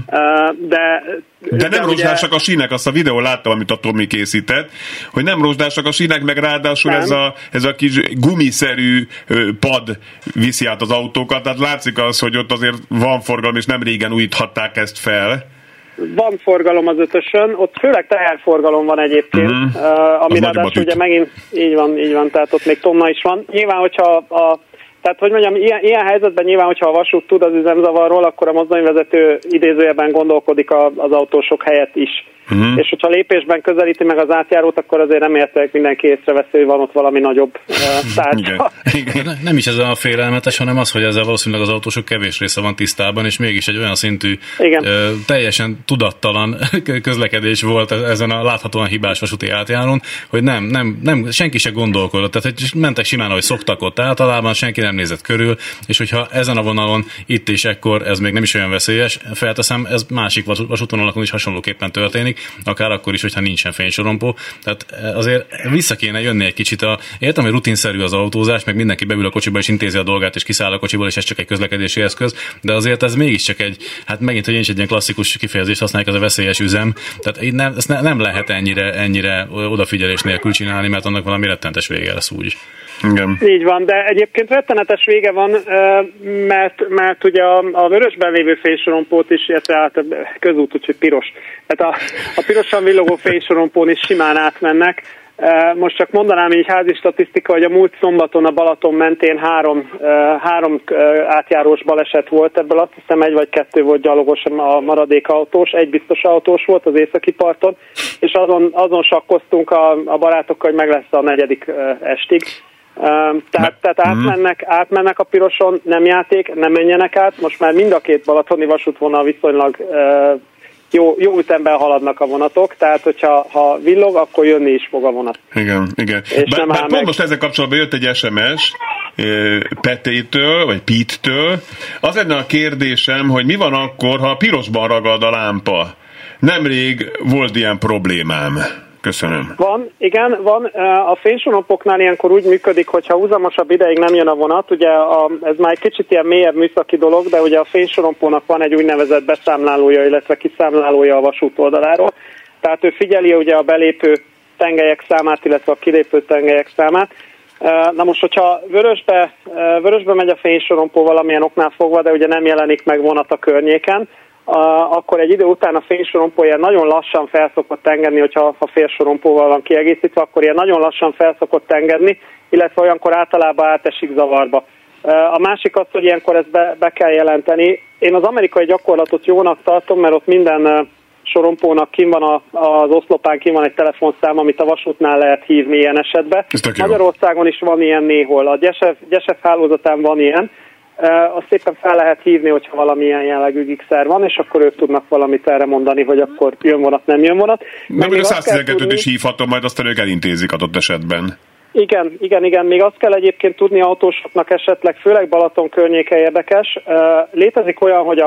De nem rozsdásak a sínek, azt a videó láttam, amit a Tomi készített, hogy nem rozsdásak a sínek, meg ráadásul ez a kis gumiszerű pad viszi át az autókat, tehát látszik az, hogy ott azért van forgalom, és nem régen újíthatták ezt fel. Van forgalom az 5-ösön, ott főleg teherforgalom van egyébként, ami ráadásul ugye megint így van, tehát ott még tonna is van. Nyilván, hogyha tehát, hogy mondjam, ilyen helyzetben nyilván, hogyha a vasút tud az üzemzavarról, akkor a mozdonyvezető idézőjelben gondolkodik az autósok helyett is. És hogyha lépésben közelíti meg az átjárót, akkor azért remélhetőleg mindenki észreveszi, hogy van ott valami nagyobb tárgya. Nem is ez a félelmetes, hanem az, hogy ezzel valószínűleg az autósok kevés része van tisztában, és mégis egy olyan szintű, teljesen tudattalan közlekedés volt ezen a láthatóan hibás vasúti átjárón, hogy nem senki se gondolkodott. Tehát, hogy mentek simán, ahogy szoktak ott általában, senki nem nézett körül, és hogyha ezen a vonalon itt és ekkor ez még nem is olyan veszélyes, felteszem, ez másik vasútvonalakon is hasonlóképpen történik, akár akkor is, hogyha nincsen fénysorompó. Tehát azért vissza kéne jönni egy kicsit. Értem, hogy rutinszerű az autózás, meg mindenki beül a kocsiba és intézi a dolgát, és kiszáll a kocsiból, és ez csak egy közlekedési eszköz, de azért ez mégiscsak hát megint, hogy én is egy ilyen klasszikus kifejezést használják, az a veszélyes üzem. Tehát ezt nem lehet ennyire odafigyelés nélkül csinálni, mert annak valami rettentes vége lesz úgyis. Igen. Így van, de egyébként rettenetes vége van, mert ugye a vörösben lévő fénysorompót is, illetve közút, úgyhogy piros. Tehát a pirosan villogó fénysorompón is simán átmennek. Most csak mondanám így házi statisztika, hogy a múlt szombaton a Balaton mentén három átjárós baleset volt, ebből azt hiszem 1 vagy 2 volt gyalogos a maradék autós, 1 biztos autós volt az északi parton, és azon sakkoztunk a barátokkal, hogy meg lesz a 4. estig. Tehát átmennek a piroson, nem játék, nem menjenek át. Most már mind a 2 balatoni vasútvonal viszonylag jó ütemben haladnak a vonatok, tehát hogyha villog, akkor jönni is fog a vonat. Igen. Pont most ezzel kapcsolatban jött egy SMS Petétől, vagy Pete-től. Az lenne a kérdésem, hogy mi van akkor, ha a pirosban ragad a lámpa? Nemrég volt ilyen problémám. Köszönöm. Van. A fénysorompoknál ilyenkor úgy működik, hogyha húzamosabb ideig nem jön a vonat, ugye ez már egy kicsit ilyen mélyebb műszaki dolog, de ugye a fénysorompónak van egy úgynevezett beszámlálója, illetve kiszámlálója a vasút oldaláról. Tehát ő figyeli ugye a belépő tengelyek számát, illetve a kilépő tengelyek számát. Na most, hogyha vörösbe megy a fénysorompó valamilyen oknál fogva, de ugye nem jelenik meg vonat a környéken, akkor egy idő után a fénysorompó ilyen nagyon lassan felszokott engedni, hogyha félsorompóval van kiegészítve, akkor ilyen nagyon lassan felszokott engedni, illetve olyankor általában átesik zavarba. A másik az, hogy ilyenkor ezt be kell jelenteni. Én az amerikai gyakorlatot jónak tartom, mert ott minden sorompónak kin van az oszlopán kin van egy telefonszám, amit a vasútnál lehet hívni ilyen esetben. Magyarországon is van ilyen néhol. A Gyesef hálózatán van ilyen. Azt szépen fel lehet hívni, hogyha valamilyen jellegű gigszer van, és akkor ők tudnak valamit erre mondani, hogy akkor jön vonat, nem jön vonat. De még a 112-t is hívhatom, majd aztán ők elintézik adott esetben. Igen. Még azt kell egyébként tudni autósoknak esetleg, főleg Balaton környéke érdekes. Létezik olyan, hogy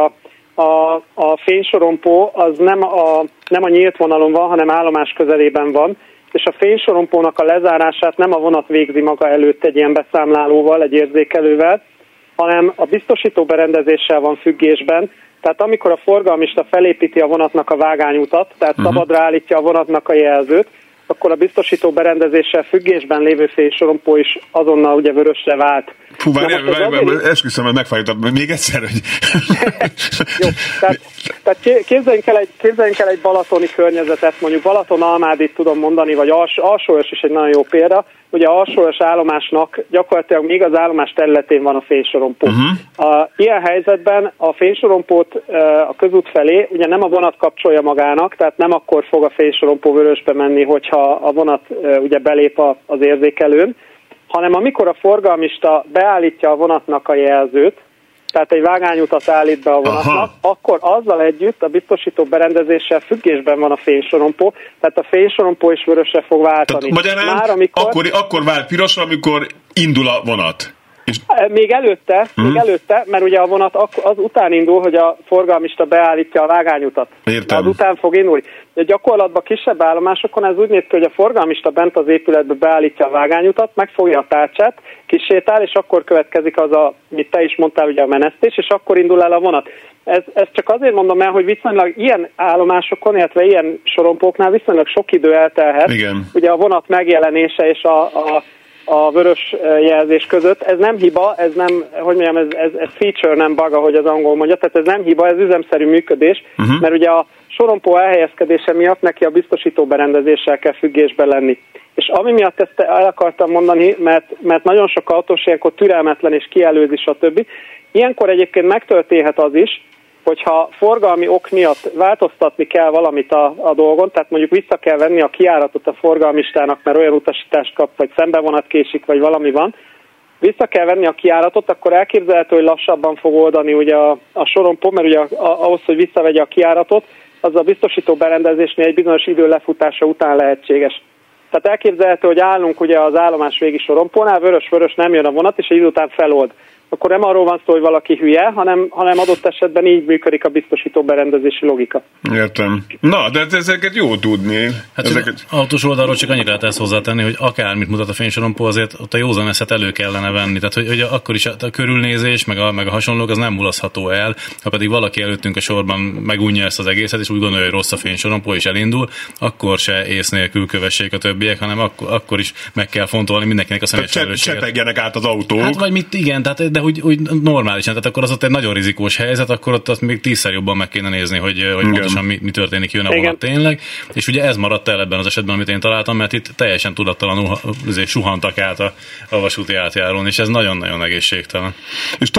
a fénysorompó az nem a nyílt vonalon van, hanem állomás közelében van, és a fénysorompónak a lezárását nem a vonat végzi maga előtt egy ilyen beszámlálóval, egy érzékelővel, hanem a biztosító berendezéssel van függésben, tehát amikor a forgalmista felépíti a vonatnak a vágányutat, tehát szabadra állítja a vonatnak a jelzőt, akkor a biztosító berendezéssel függésben lévő fénysorompó is azonnal ugye vörösre vált. Fú, esküszöm, hogy megfájtam. Még egyszer, hogy... Jó, tehát képzeljünk el egy balatoni környezetet, mondjuk Balaton-Almádit tudom mondani, vagy Alsóörs is egy nagyon jó példa. Ugye a Alsóörs állomásnak gyakorlatilag még az állomás területén van a fénysorompó. Ilyen helyzetben a fénysorompót a közút felé ugye nem a vonat kapcsolja magának, tehát nem akkor fog a fénysorompó vörösbe menni, hogyha a vonat ugye belép az érzékelőn, hanem amikor a forgalmista beállítja a vonatnak a jelzőt, tehát egy vágányutat állít be a vonatnak, akkor azzal együtt a biztosító berendezéssel függésben van a fénysorompó, tehát a fénysorompó is vörösre fog váltani. Magyarán akkor vált pirosra, amikor indul a vonat. Még előtte, mert ugye a vonat az után indul, hogy a forgalmista beállítja a vágányutat. Értem. Az után fog indulni. De gyakorlatban kisebb állomásokon ez úgy néz ki, hogy a forgalmista bent az épületbe beállítja a vágányutat, megfogja a tárcsát, kisétál, és akkor következik az mit te is mondtál, ugye a menesztés, és akkor indul el a vonat. Ez csak azért mondom el, hogy viszonylag ilyen állomásokon, illetve ilyen sorompóknál viszonylag sok idő eltelhet. Igen. Ugye a vonat megjelenése és a vörös jelzés között. Ez nem hiba, ez nem, hogy mondjam, ez feature, nem bug, ahogy az angol mondja, tehát ez nem hiba, ez üzemszerű működés, mert ugye a sorompó elhelyezkedése miatt neki a biztosító berendezéssel kell függésbe lenni. És ami miatt ezt el akartam mondani, mert nagyon sok autós ilyenkor türelmetlen és kielőzi, stb. Ilyenkor egyébként megtörténhet az is, hogyha forgalmi ok miatt változtatni kell valamit a dolgon, tehát mondjuk vissza kell venni a kijáratot a forgalmistának, mert olyan utasítást kap, vagy szembevonat késik, vagy valami van, vissza kell venni a kijáratot, akkor elképzelhető, hogy lassabban fog oldani ugye a sorompó, mert ugye ahhoz, hogy visszavegye a kijáratot, az a biztosító berendezésnél egy bizonyos idő lefutása után lehetséges. Tehát elképzelhető, hogy állunk ugye az állomás végi sorompónál, vörös nem jön a vonat, és egy idő után felold. Akkor nem arról van szó, hogy valaki hülye, hanem adott esetben így működik a biztosító berendezési logika. Értem. Na, de ezeket jó tudni. Hát autós oldalról csak annyira lehet ezt hozzátenni, hogy akármit mutat a fénysorompó, azért ott a józan eszet elő kellene venni. Tehát, hogy akkor is a körülnézés, meg a hasonlók, az nem mulasztható el. Ha pedig valaki előttünk a sorban megunja ezt az egészet, és úgy gondolja, hogy rossz a fénysorompó, és elindul, akkor se ész nélkül kövessék a többiek, hanem akkor is meg kell fontolni mindenkinek a személyes felelősséget. Csepegjenek át az autók. Hát vagy mit, igen, tehát, de úgy normálisan, tehát akkor az ott egy nagyon rizikós helyzet, akkor ott azt még 10-szer jobban meg kéne nézni, hogy pontosan mi történik, jön a vonat tényleg. És ugye ez maradt el ebben az esetben, amit én találtam, mert itt teljesen tudattalanul suhantak át a vasúti átjárón, és ez nagyon-nagyon egészségtelen. És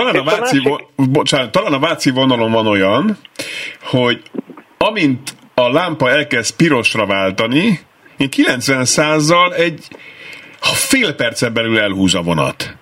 talán a Váci vonalon van olyan, hogy amint a lámpa elkezd pirosra váltani, 90%-zal egy fél percen belül elhúz a vonat.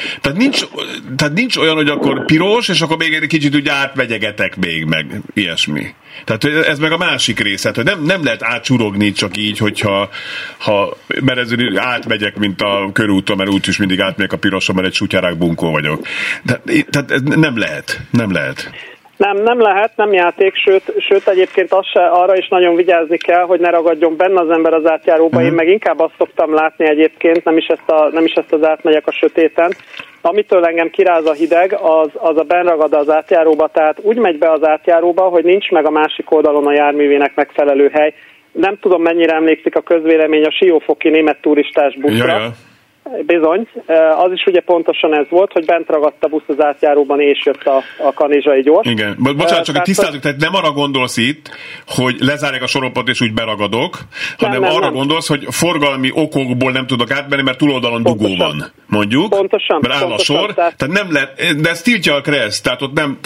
Tehát nincs olyan, hogy akkor piros, és akkor még egy kicsit úgy átvegyegetek még, meg ilyesmi. Tehát ez meg a másik része, hogy nem lehet átcsurogni csak így, hogyha mert ez átmegyek, mint a körúton, mert úgyis mindig átmegyek a piroson, mert egy sutyárák bunkó vagyok. Tehát ez nem lehet. Nem lehet, nem játék, sőt egyébként arra is nagyon vigyázni kell, hogy ne ragadjon benne az ember az átjáróba. Én meg inkább azt szoktam látni egyébként, nem is ezt az átmegyek a sötéten. Amitől engem kiráz a hideg, az a benragad az átjáróba, tehát úgy megy be az átjáróba, hogy nincs meg a másik oldalon a járművének megfelelő hely. Nem tudom, mennyire emlékszik a közvélemény a siófoki német turistás buszra. Jaja. Bizony, az is ugye pontosan ez volt, hogy bent ragadt a busz az átjáróban, és jött a kanizsai gyors. Igen, bocsánat, csak tisztázunk, tehát nem arra gondolsz itt, hogy lezárják a sorompot és úgy beragadok, hanem arra gondolsz, hogy forgalmi okokból nem tudok átmenni, mert túloldalon dugó van, mondjuk. Pontosan. Mert áll a sor, tehát nem lehet, de ezt tiltja a KRESZ, tehát ott nem,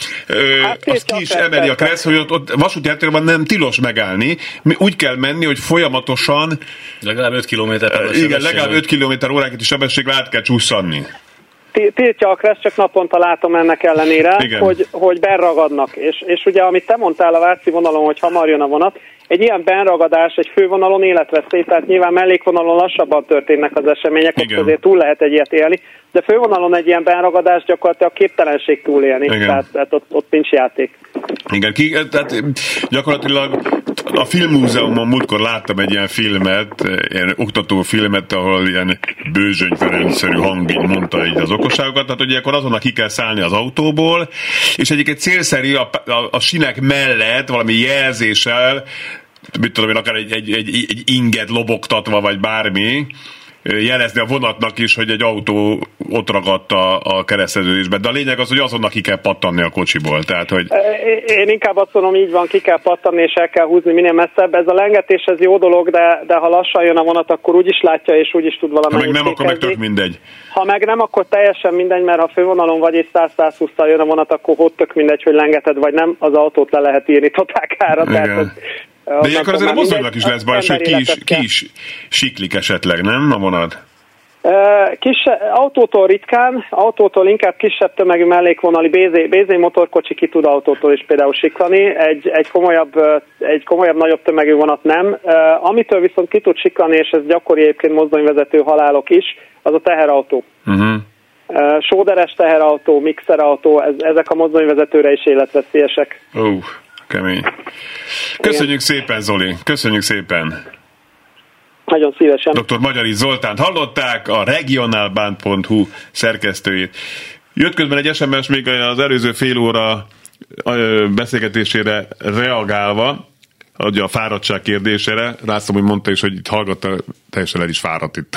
azt ki is emeli a KRESZ, hogy ott vasúti átjáróban nem tilos megállni, úgy kell menni, hogy folyamatosan legalább 5 km/h. Igen, legalább 5 km/h sebességre át kell csúszanni. Tiltja a KRESZ, csak naponta látom ennek ellenére, hogy benragadnak. És ugye, amit te mondtál a Váci vonalon, hogy hamar jön a vonat, egy ilyen benragadás egy fővonalon életveszély, tehát nyilván mellékvonalon lassabban történnek az események, ott azért túl lehet egy ilyet élni, de fővonalon egy ilyen benragadás gyakorlatilag képtelenség túlélni, tehát ott nincs játék. Igen, tehát gyakorlatilag a Filmmúzeumon múltkor láttam egy ilyen filmet, ilyen oktatófilmet, ahol ilyen Bőzsöny Ferenc-szerű hangig mondta így az okosságokat, tehát ugye akkor azonnal ki kell szállni az autóból, és egyébként célszerű a sinek mellett valami jelzéssel, mit tudom én, akár egy inget lobogtatva, vagy bármi, jelezni a vonatnak is, hogy egy autó ott ragadt a kereszteződésben. De a lényeg az, hogy azonnal ki kell pattanni a kocsiból. Tehát, hogy... Én inkább azt mondom, így van, ki kell pattanni, és el kell húzni minél messzebb. Ez a lengetés, ez jó dolog, de ha lassan jön a vonat, akkor úgy is látja, és úgy is tud valamennyit. Ha meg nem, akkor meg tök mindegy. Ha meg nem, akkor teljesen mindegy, mert ha fővonalon vagy és 100-120-tal jön a vonat, akkor ott tök mindegy, hogy lengeted vagy nem, az autót le lehet írni totálkára. De ilyenkor azért a mozdonynak is lesz baj, hogy ki is siklik esetleg, nem a vonat? Autótól ritkán, autótól inkább kisebb tömegű mellékvonali BZ motorkocsi ki tud autótól is például siklani, egy komolyabb, nagyobb tömegű vonat nem. Amitől viszont ki tud siklani, és ez gyakori egyébként mozdonyvezető halálok is, az a teherautó. Sóderes teherautó, mixerautó, ezek a mozdonyvezetőre is életveszélyesek. Kemény. Köszönjük szépen, Zoli, köszönjük szépen. Nagyon szívesen. Dr. Magyari Zoltánt hallották, a regionalbahn.hu szerkesztőjét. Jött közben egy SMS még az előző fél óra beszélgetésére reagálva, a fáradtság kérdésére. Látom, hogy mondta is, hogy itt hallgatta, teljesen el is fáradt itt.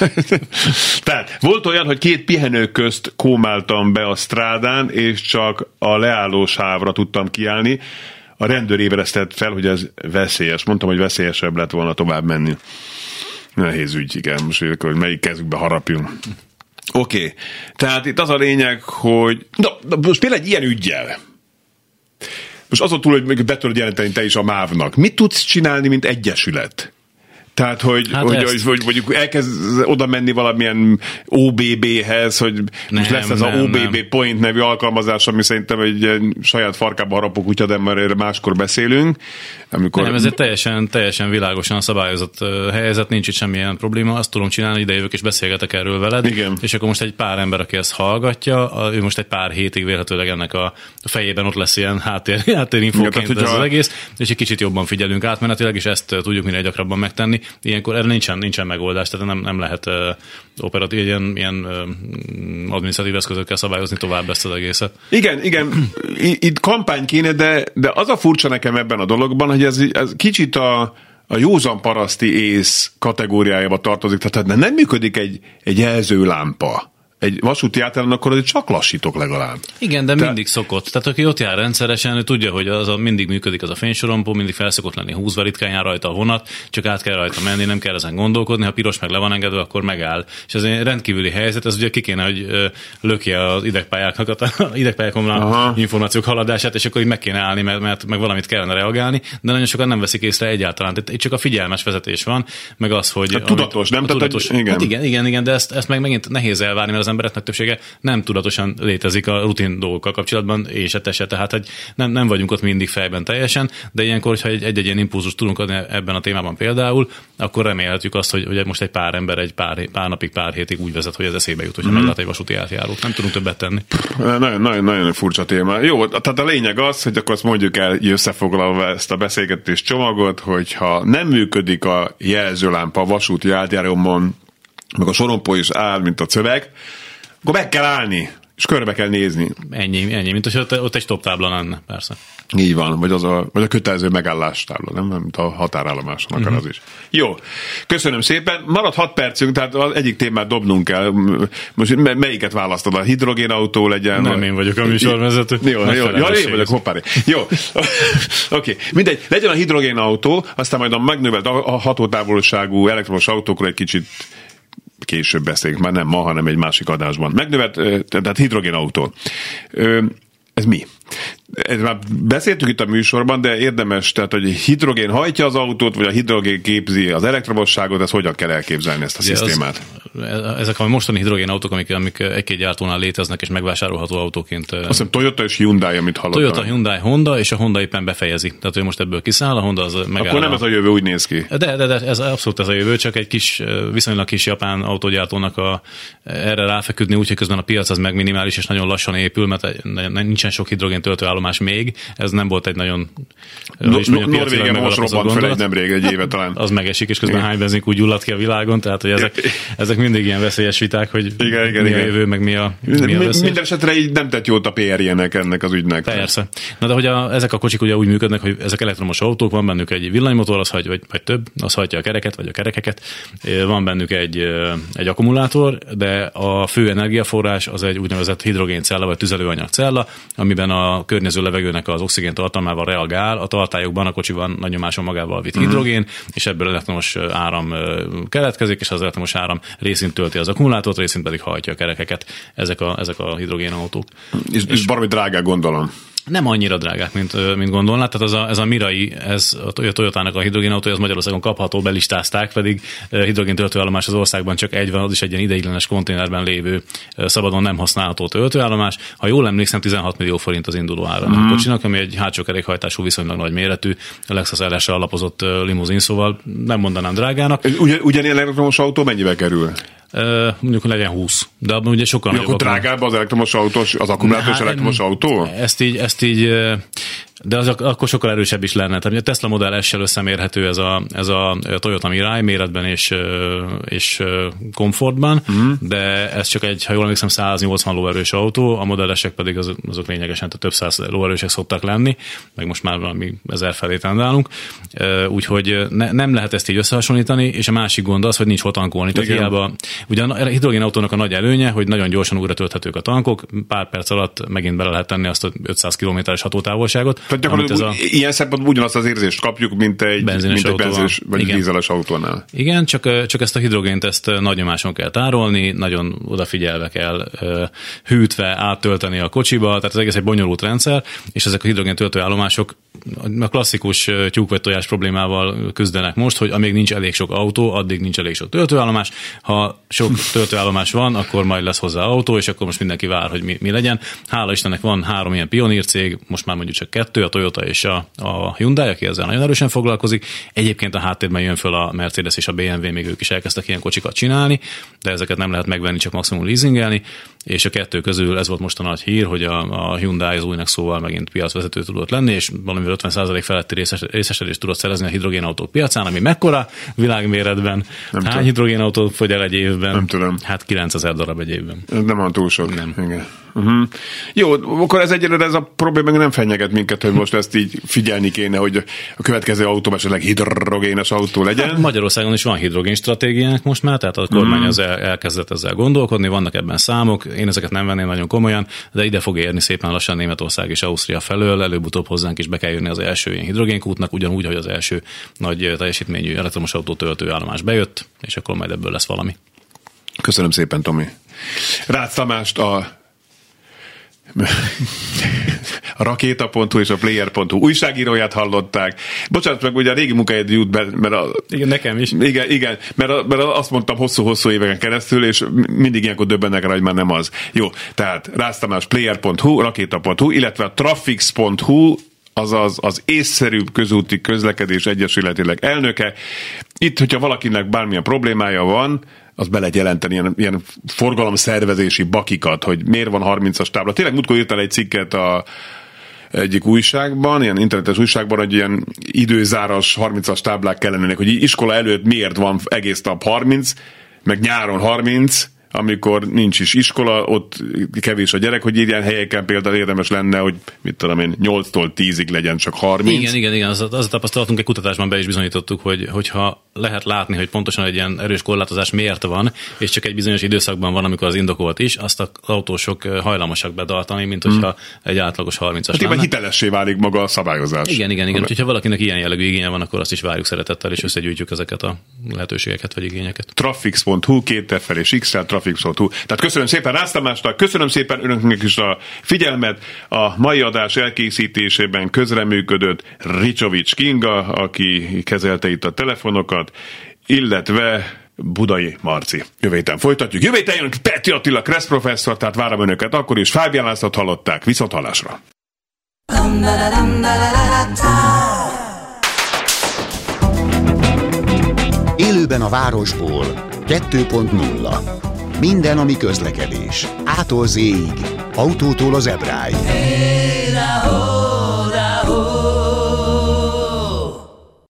Tehát volt olyan, hogy 2 pihenő közt kómáltam be a strádán, és csak a leállósávra tudtam kiállni. A rendőr ébresztett fel, hogy ez veszélyes. Mondtam, hogy veszélyesebb lett volna tovább menni. Nehéz ügy, igen. Most hogy melyik kezükbe harapjunk. Oké. Tehát itt az a lényeg, hogy most például egy ilyen üggyel. Most azon túl, hogy be tudod jelenteni te is a MÁV-nak. Mit tudsz csinálni, mint egyesület? Tehát, hogy mondjuk elkezd oda menni valamilyen OBB-hez, hogy most lesz ez a OBB Point nevű alkalmazás, ami szerintem egy saját farkába harapó kutya, de már erre máskor beszélünk. Amikor... Nem, ez egy teljesen világosan szabályozott helyzet, nincs itt semmilyen probléma, azt tudom csinálni, idejövök és beszélgetek erről veled, igen. És akkor most egy pár ember, aki ezt hallgatja, ő most egy pár hétig vélhetőleg ennek a fejében ott lesz ilyen háttérinfóként ez az egész, és egy kicsit jobban figyelünk átmenetileg, és ezt tudjuk minél gyakrabban megtenni. Ilyenkor erre nincsen megoldás, tehát nem lehet operatív, ilyen adminisztratív eszközökkel szabályozni tovább ezt az egészet. Igen, itt kampány kéne, de az a furcsa nekem ebben a dologban, hogy ez kicsit a józan paraszti ész kategóriájába tartozik, tehát nem működik egy jelzőlámpa egy vasúti játéron, akkor csak lassítok legalább. Igen, de mindig szokott. Tehát aki ott jár rendszeresen, ő tudja, hogy mindig működik az a fénysorompó, mindig felszokott lenni húzva, ritkán jár rajta a vonat, csak át kell rajta menni, nem kell ezen gondolkodni, ha piros meg le van engedve, akkor megáll. És ez egy rendkívüli helyzet, ez ugye ki kéne, hogy lökje az idegpályákon a információk haladását, és akkor így meg kéne állni, mert meg valamit kellene reagálni, de nagyon sokan nem veszik észre egyáltalán. Itt csak a figyelmes vezetés van, meg az, hogy tudatos, nem? Tudatos, igen, de ezt meg megint nehéz elvárni, mert az embereknek többsége nem tudatosan létezik a rutin dolgokkal kapcsolatban, és tehát hogy nem vagyunk ott mindig fejben teljesen, de ilyenkor, hogyha egy ilyen impulzust tudunk adni ebben a témában például, akkor remélhetjük azt, hogy most egy pár ember egy pár napig, pár hétig úgy vezet, hogy ez eszébe jut, hogyha meglát egy vasúti átjárót. Nem tudunk többet tenni. Nagyon furcsa téma. Jó, tehát a lényeg az, hogy akkor azt mondjuk el, összefoglalva ezt a beszélgetés csomagot, hogyha nem működik a jelzőlámpa a vasúti átjárómon, meg a sorompó is áll, mint a szöveg, akkor meg kell állni, és körbe kell nézni. Ennyi, mint hogy ott egy stop tábla lenne, persze. Így van, vagy a kötelező megállástábla, nem? Mint a határállomáson akar az is. Jó, köszönöm szépen. Marad 6 percünk, tehát az egyik témát dobnunk kell. Most melyiket választod? A hidrogénautó legyen? Nem, én vagyok a műsorvezető. Jó, én vagyok, hoppári. Jó, oké. Mindegy, legyen a hidrogénautó, aztán majd a megnövelt a hatótávolságú elektromos autókról egy kicsit később beszélünk, már nem ma, hanem egy másik adásban. Megnövelt, tehát hidrogénautó. Ez mi? Már beszéltük itt a műsorban, de érdemes, tehát, hogy hidrogén hajtja az autót, vagy a hidrogén képzi az elektromosságot, ezt hogyan kell elképzelni ezt a szisztémát? Ezek a mostani hidrogénautók, amik egy-két gyártónál léteznek, és megvásárolható autóként. Azt hiszem Toyota és Hyundai, amit hallottam. Toyota, Hyundai, Honda, és a Honda éppen befejezi. Tehát, hogy most ebből kiszáll, a Honda az megáll. Akkor nem ez a jövő, úgy néz ki. De ez abszolút ez a jövő, csak egy viszonylag kis japán autógyártónak erre ráfeküdni, úgyhogy közben a piac az meg minimális és nagyon lassan épül, mert nincsen sok hidrogén töltőállomás még. Ez nem volt egy nagyon Norvégia most robbant fel nemrég, egy éve talán. Az megesik, és közben hány benzink úgy gyulladt ki a világon, tehát hogy ezek mindig ilyen veszélyes viták, hogy mi a jövő, meg mi a veszély. Minden esetre így nem tett jót a PR-jének ennek az ügynek. Persze. Na de hogy ezek a kocsik ugye úgy működnek, hogy ezek elektromos autók, van bennük egy villanymotor, vagy több, az hajtja a kereket, vagy a kerekeket, van bennük egy akkumulátor, de a fő energiaforrás az egy úgynevezett hidrogéncella, vagy tüzelőanyagcella, amiben a környező levegőnek az oxigén tartalmával reagál, a tartályokban, a kocsiban nagy nyomáson magával vitt hidrogén, és ebből elektromos áram keletkezik, és az elektromos áram részint tölti az akkumulátort, részint pedig hajtja a kerekeket. Ezek a hidrogénautók. És baromi drágák, gondolom. Nem annyira drágák, mint gondolnád. Tehát ez a Mirai, ez a Toyotának a hidrogénautó, az Magyarországon kapható, belistázták, pedig hidrogén töltőállomás az országban csak egy van, az is egy ilyen ideiglenes konténerben lévő, szabadon nem használható töltőállomás. Ha jól emlékszem, 16 millió forint az induló ára a kocsinak, ami egy hátsó kerékhajtású, viszonylag nagy méretű, Lexus RS-re alapozott limuzin, szóval nem mondanám drágának. Ugyanilyen elektromos autó mennyibe kerül? Mondjuk, hogy legyen 20. De abban ugye sokkal nagyobb. Akkor drágább az elektromos autós, az akkumulátoros elektromos autó? Ezt így, de az akkor sokkal erősebb is lenne. Tehát a Tesla Model S-sel összemérhető ez a Toyota Mirai méretben és komfortban, de ez csak egy, ha jól emlékszem, 180 lóerős autó, a Model S-ek pedig azok lényegesen több száz lóerősek szoktak lenni, meg most már valami 1000 felé tendálunk. Úgyhogy nem lehet ezt így összehasonlítani, és a másik gond az, hogy nincs hol tankolni. Tehát hiába, ugye a hidrogénautónak a nagy előnye, hogy nagyon gyorsan újra tölthetők a tankok, pár perc alatt megint bele lehet tenni azt a 500 kilométeres hatótávolságot. Tehát gyakorlatilag ilyen szempontból ugyanazt az érzést kapjuk, mint egy benzines vagy dízeles autónál. Igen, csak ezt a hidrogént ezt nagy nyomáson kell tárolni, nagyon odafigyelve kell hűtve áttölteni a kocsiba, tehát az egész egy bonyolult rendszer, és ezek a hidrogén töltőállomások a klasszikus tyúk vagy tojás problémával küzdenek most, hogy amíg nincs elég sok autó, addig nincs elég sok töltőállomás. Ha sok töltőállomás van, akkor majd lesz hozzá autó, és akkor most mindenki vár, hogy mi legyen. Hála Istennek van 3 ilyen pionír cég, most már mondjuk csak 2, a Toyota és a Hyundai, aki ezzel nagyon erősen foglalkozik. Egyébként a háttérben jön föl a Mercedes és a BMW, még ők is elkezdtek ilyen kocsikat csinálni, de ezeket nem lehet megvenni, csak maximum leasingelni, és a 2 közül ez volt most a nagy hír, hogy a Hyundai az újnak szóval megint piacvezető tudott lenni, és valamivel 50% feletti részesedést tudott szerezni a hidrogénautók piacán, ami mekkora világméretben. Hány hidrogénautót fogy el egy évben? Nem tudom. Hát 9000 darab egy évben. Ez nem van túl sok. Nem. Igen. Jó, akkor ez a probléma nem fenyeget minket, hogy most ezt így figyelni kéne, hogy a következő autó esetleg hidrogénes autó legyen. Hát Magyarországon is van hidrogén stratégiánk most már, tehát a kormány az elkezdett ezzel gondolkodni, vannak ebben számok, én ezeket nem venném nagyon komolyan, de ide fog érni szépen lassan Németország és Ausztria felől, előbb-utóbb hozzánk is be kell jönni az első ilyen hidrogénkútnak, ugyanúgy, hogy az első nagy teljesítményű elektromos autó töltőállomás bejött, és akkor majd ebből lesz valami. Köszönöm szépen, Tomi. Rácz Tamást a Rakéta.hu és a Player.hu újságíróját hallották. Bocsánat, meg ugye a régi munkahelyed jut be, mert igen, nekem is. Igen, mert azt mondtam hosszú-hosszú éveken keresztül, és mindig ilyenkor döbbennek rá, hogy már nem az. Jó, tehát Rácz Tamás Player.hu, Rakéta.hu, illetve a Trafix.hu, azaz az észszerűbb közúti közlekedés egyesületileg elnöke. Itt, hogyha valakinek bármilyen problémája van, az be lehet jelenteni ilyen forgalomszervezési bakikat, hogy miért van 30-as tábla. Tényleg múltkor írtál egy cikket egyik újságban, ilyen internetes újságban, hogy ilyen időzáras 30-as táblák kellenének, hogy iskola előtt miért van egész nap 30, meg nyáron 30, amikor nincs is iskola, ott kevés a gyerek, hogy ilyen helyeken például érdemes lenne, hogy mit tudom én, 8-tól 10-ig legyen csak 30. Igen, az a tapasztalatunk egy kutatásban be is bizonyítottuk, hogyha lehet látni, hogy pontosan egy ilyen erős korlátozás miért van, és csak egy bizonyos időszakban van, amikor az indokolt is, azt az autósok hajlamosak betartani, mint hogyha egy átlagos 30-as lenne. Hitelessé válik maga a szabályozás. Igen. Úgyhogy ha valakinek ilyen jellegű igénye van, akkor azt is várjuk szeretettel, és összegyűjtjük ezeket a lehetőségeket vagy igényeket. Trafix.hu, 2 F-fel és X-el, Trafix.hu. Tehát köszönöm szépen Rácz Tamásnak, köszönöm szépen önöknek is a figyelmet. A mai adás elkészítésében közreműködött Ricsovics Kinga, aki kezelte itt a telefonokat, illetve Budai Marci. Jövő héten folytatjuk. Jövő héten jön Peti Attila Kressz professzor, tehát várom önöket akkor is. Fábián Lászlót hallották. Viszont hallásra. Élőben a városból 2.0. Minden, ami közlekedés. A-tól Z-ig. Autótól az Ebráig.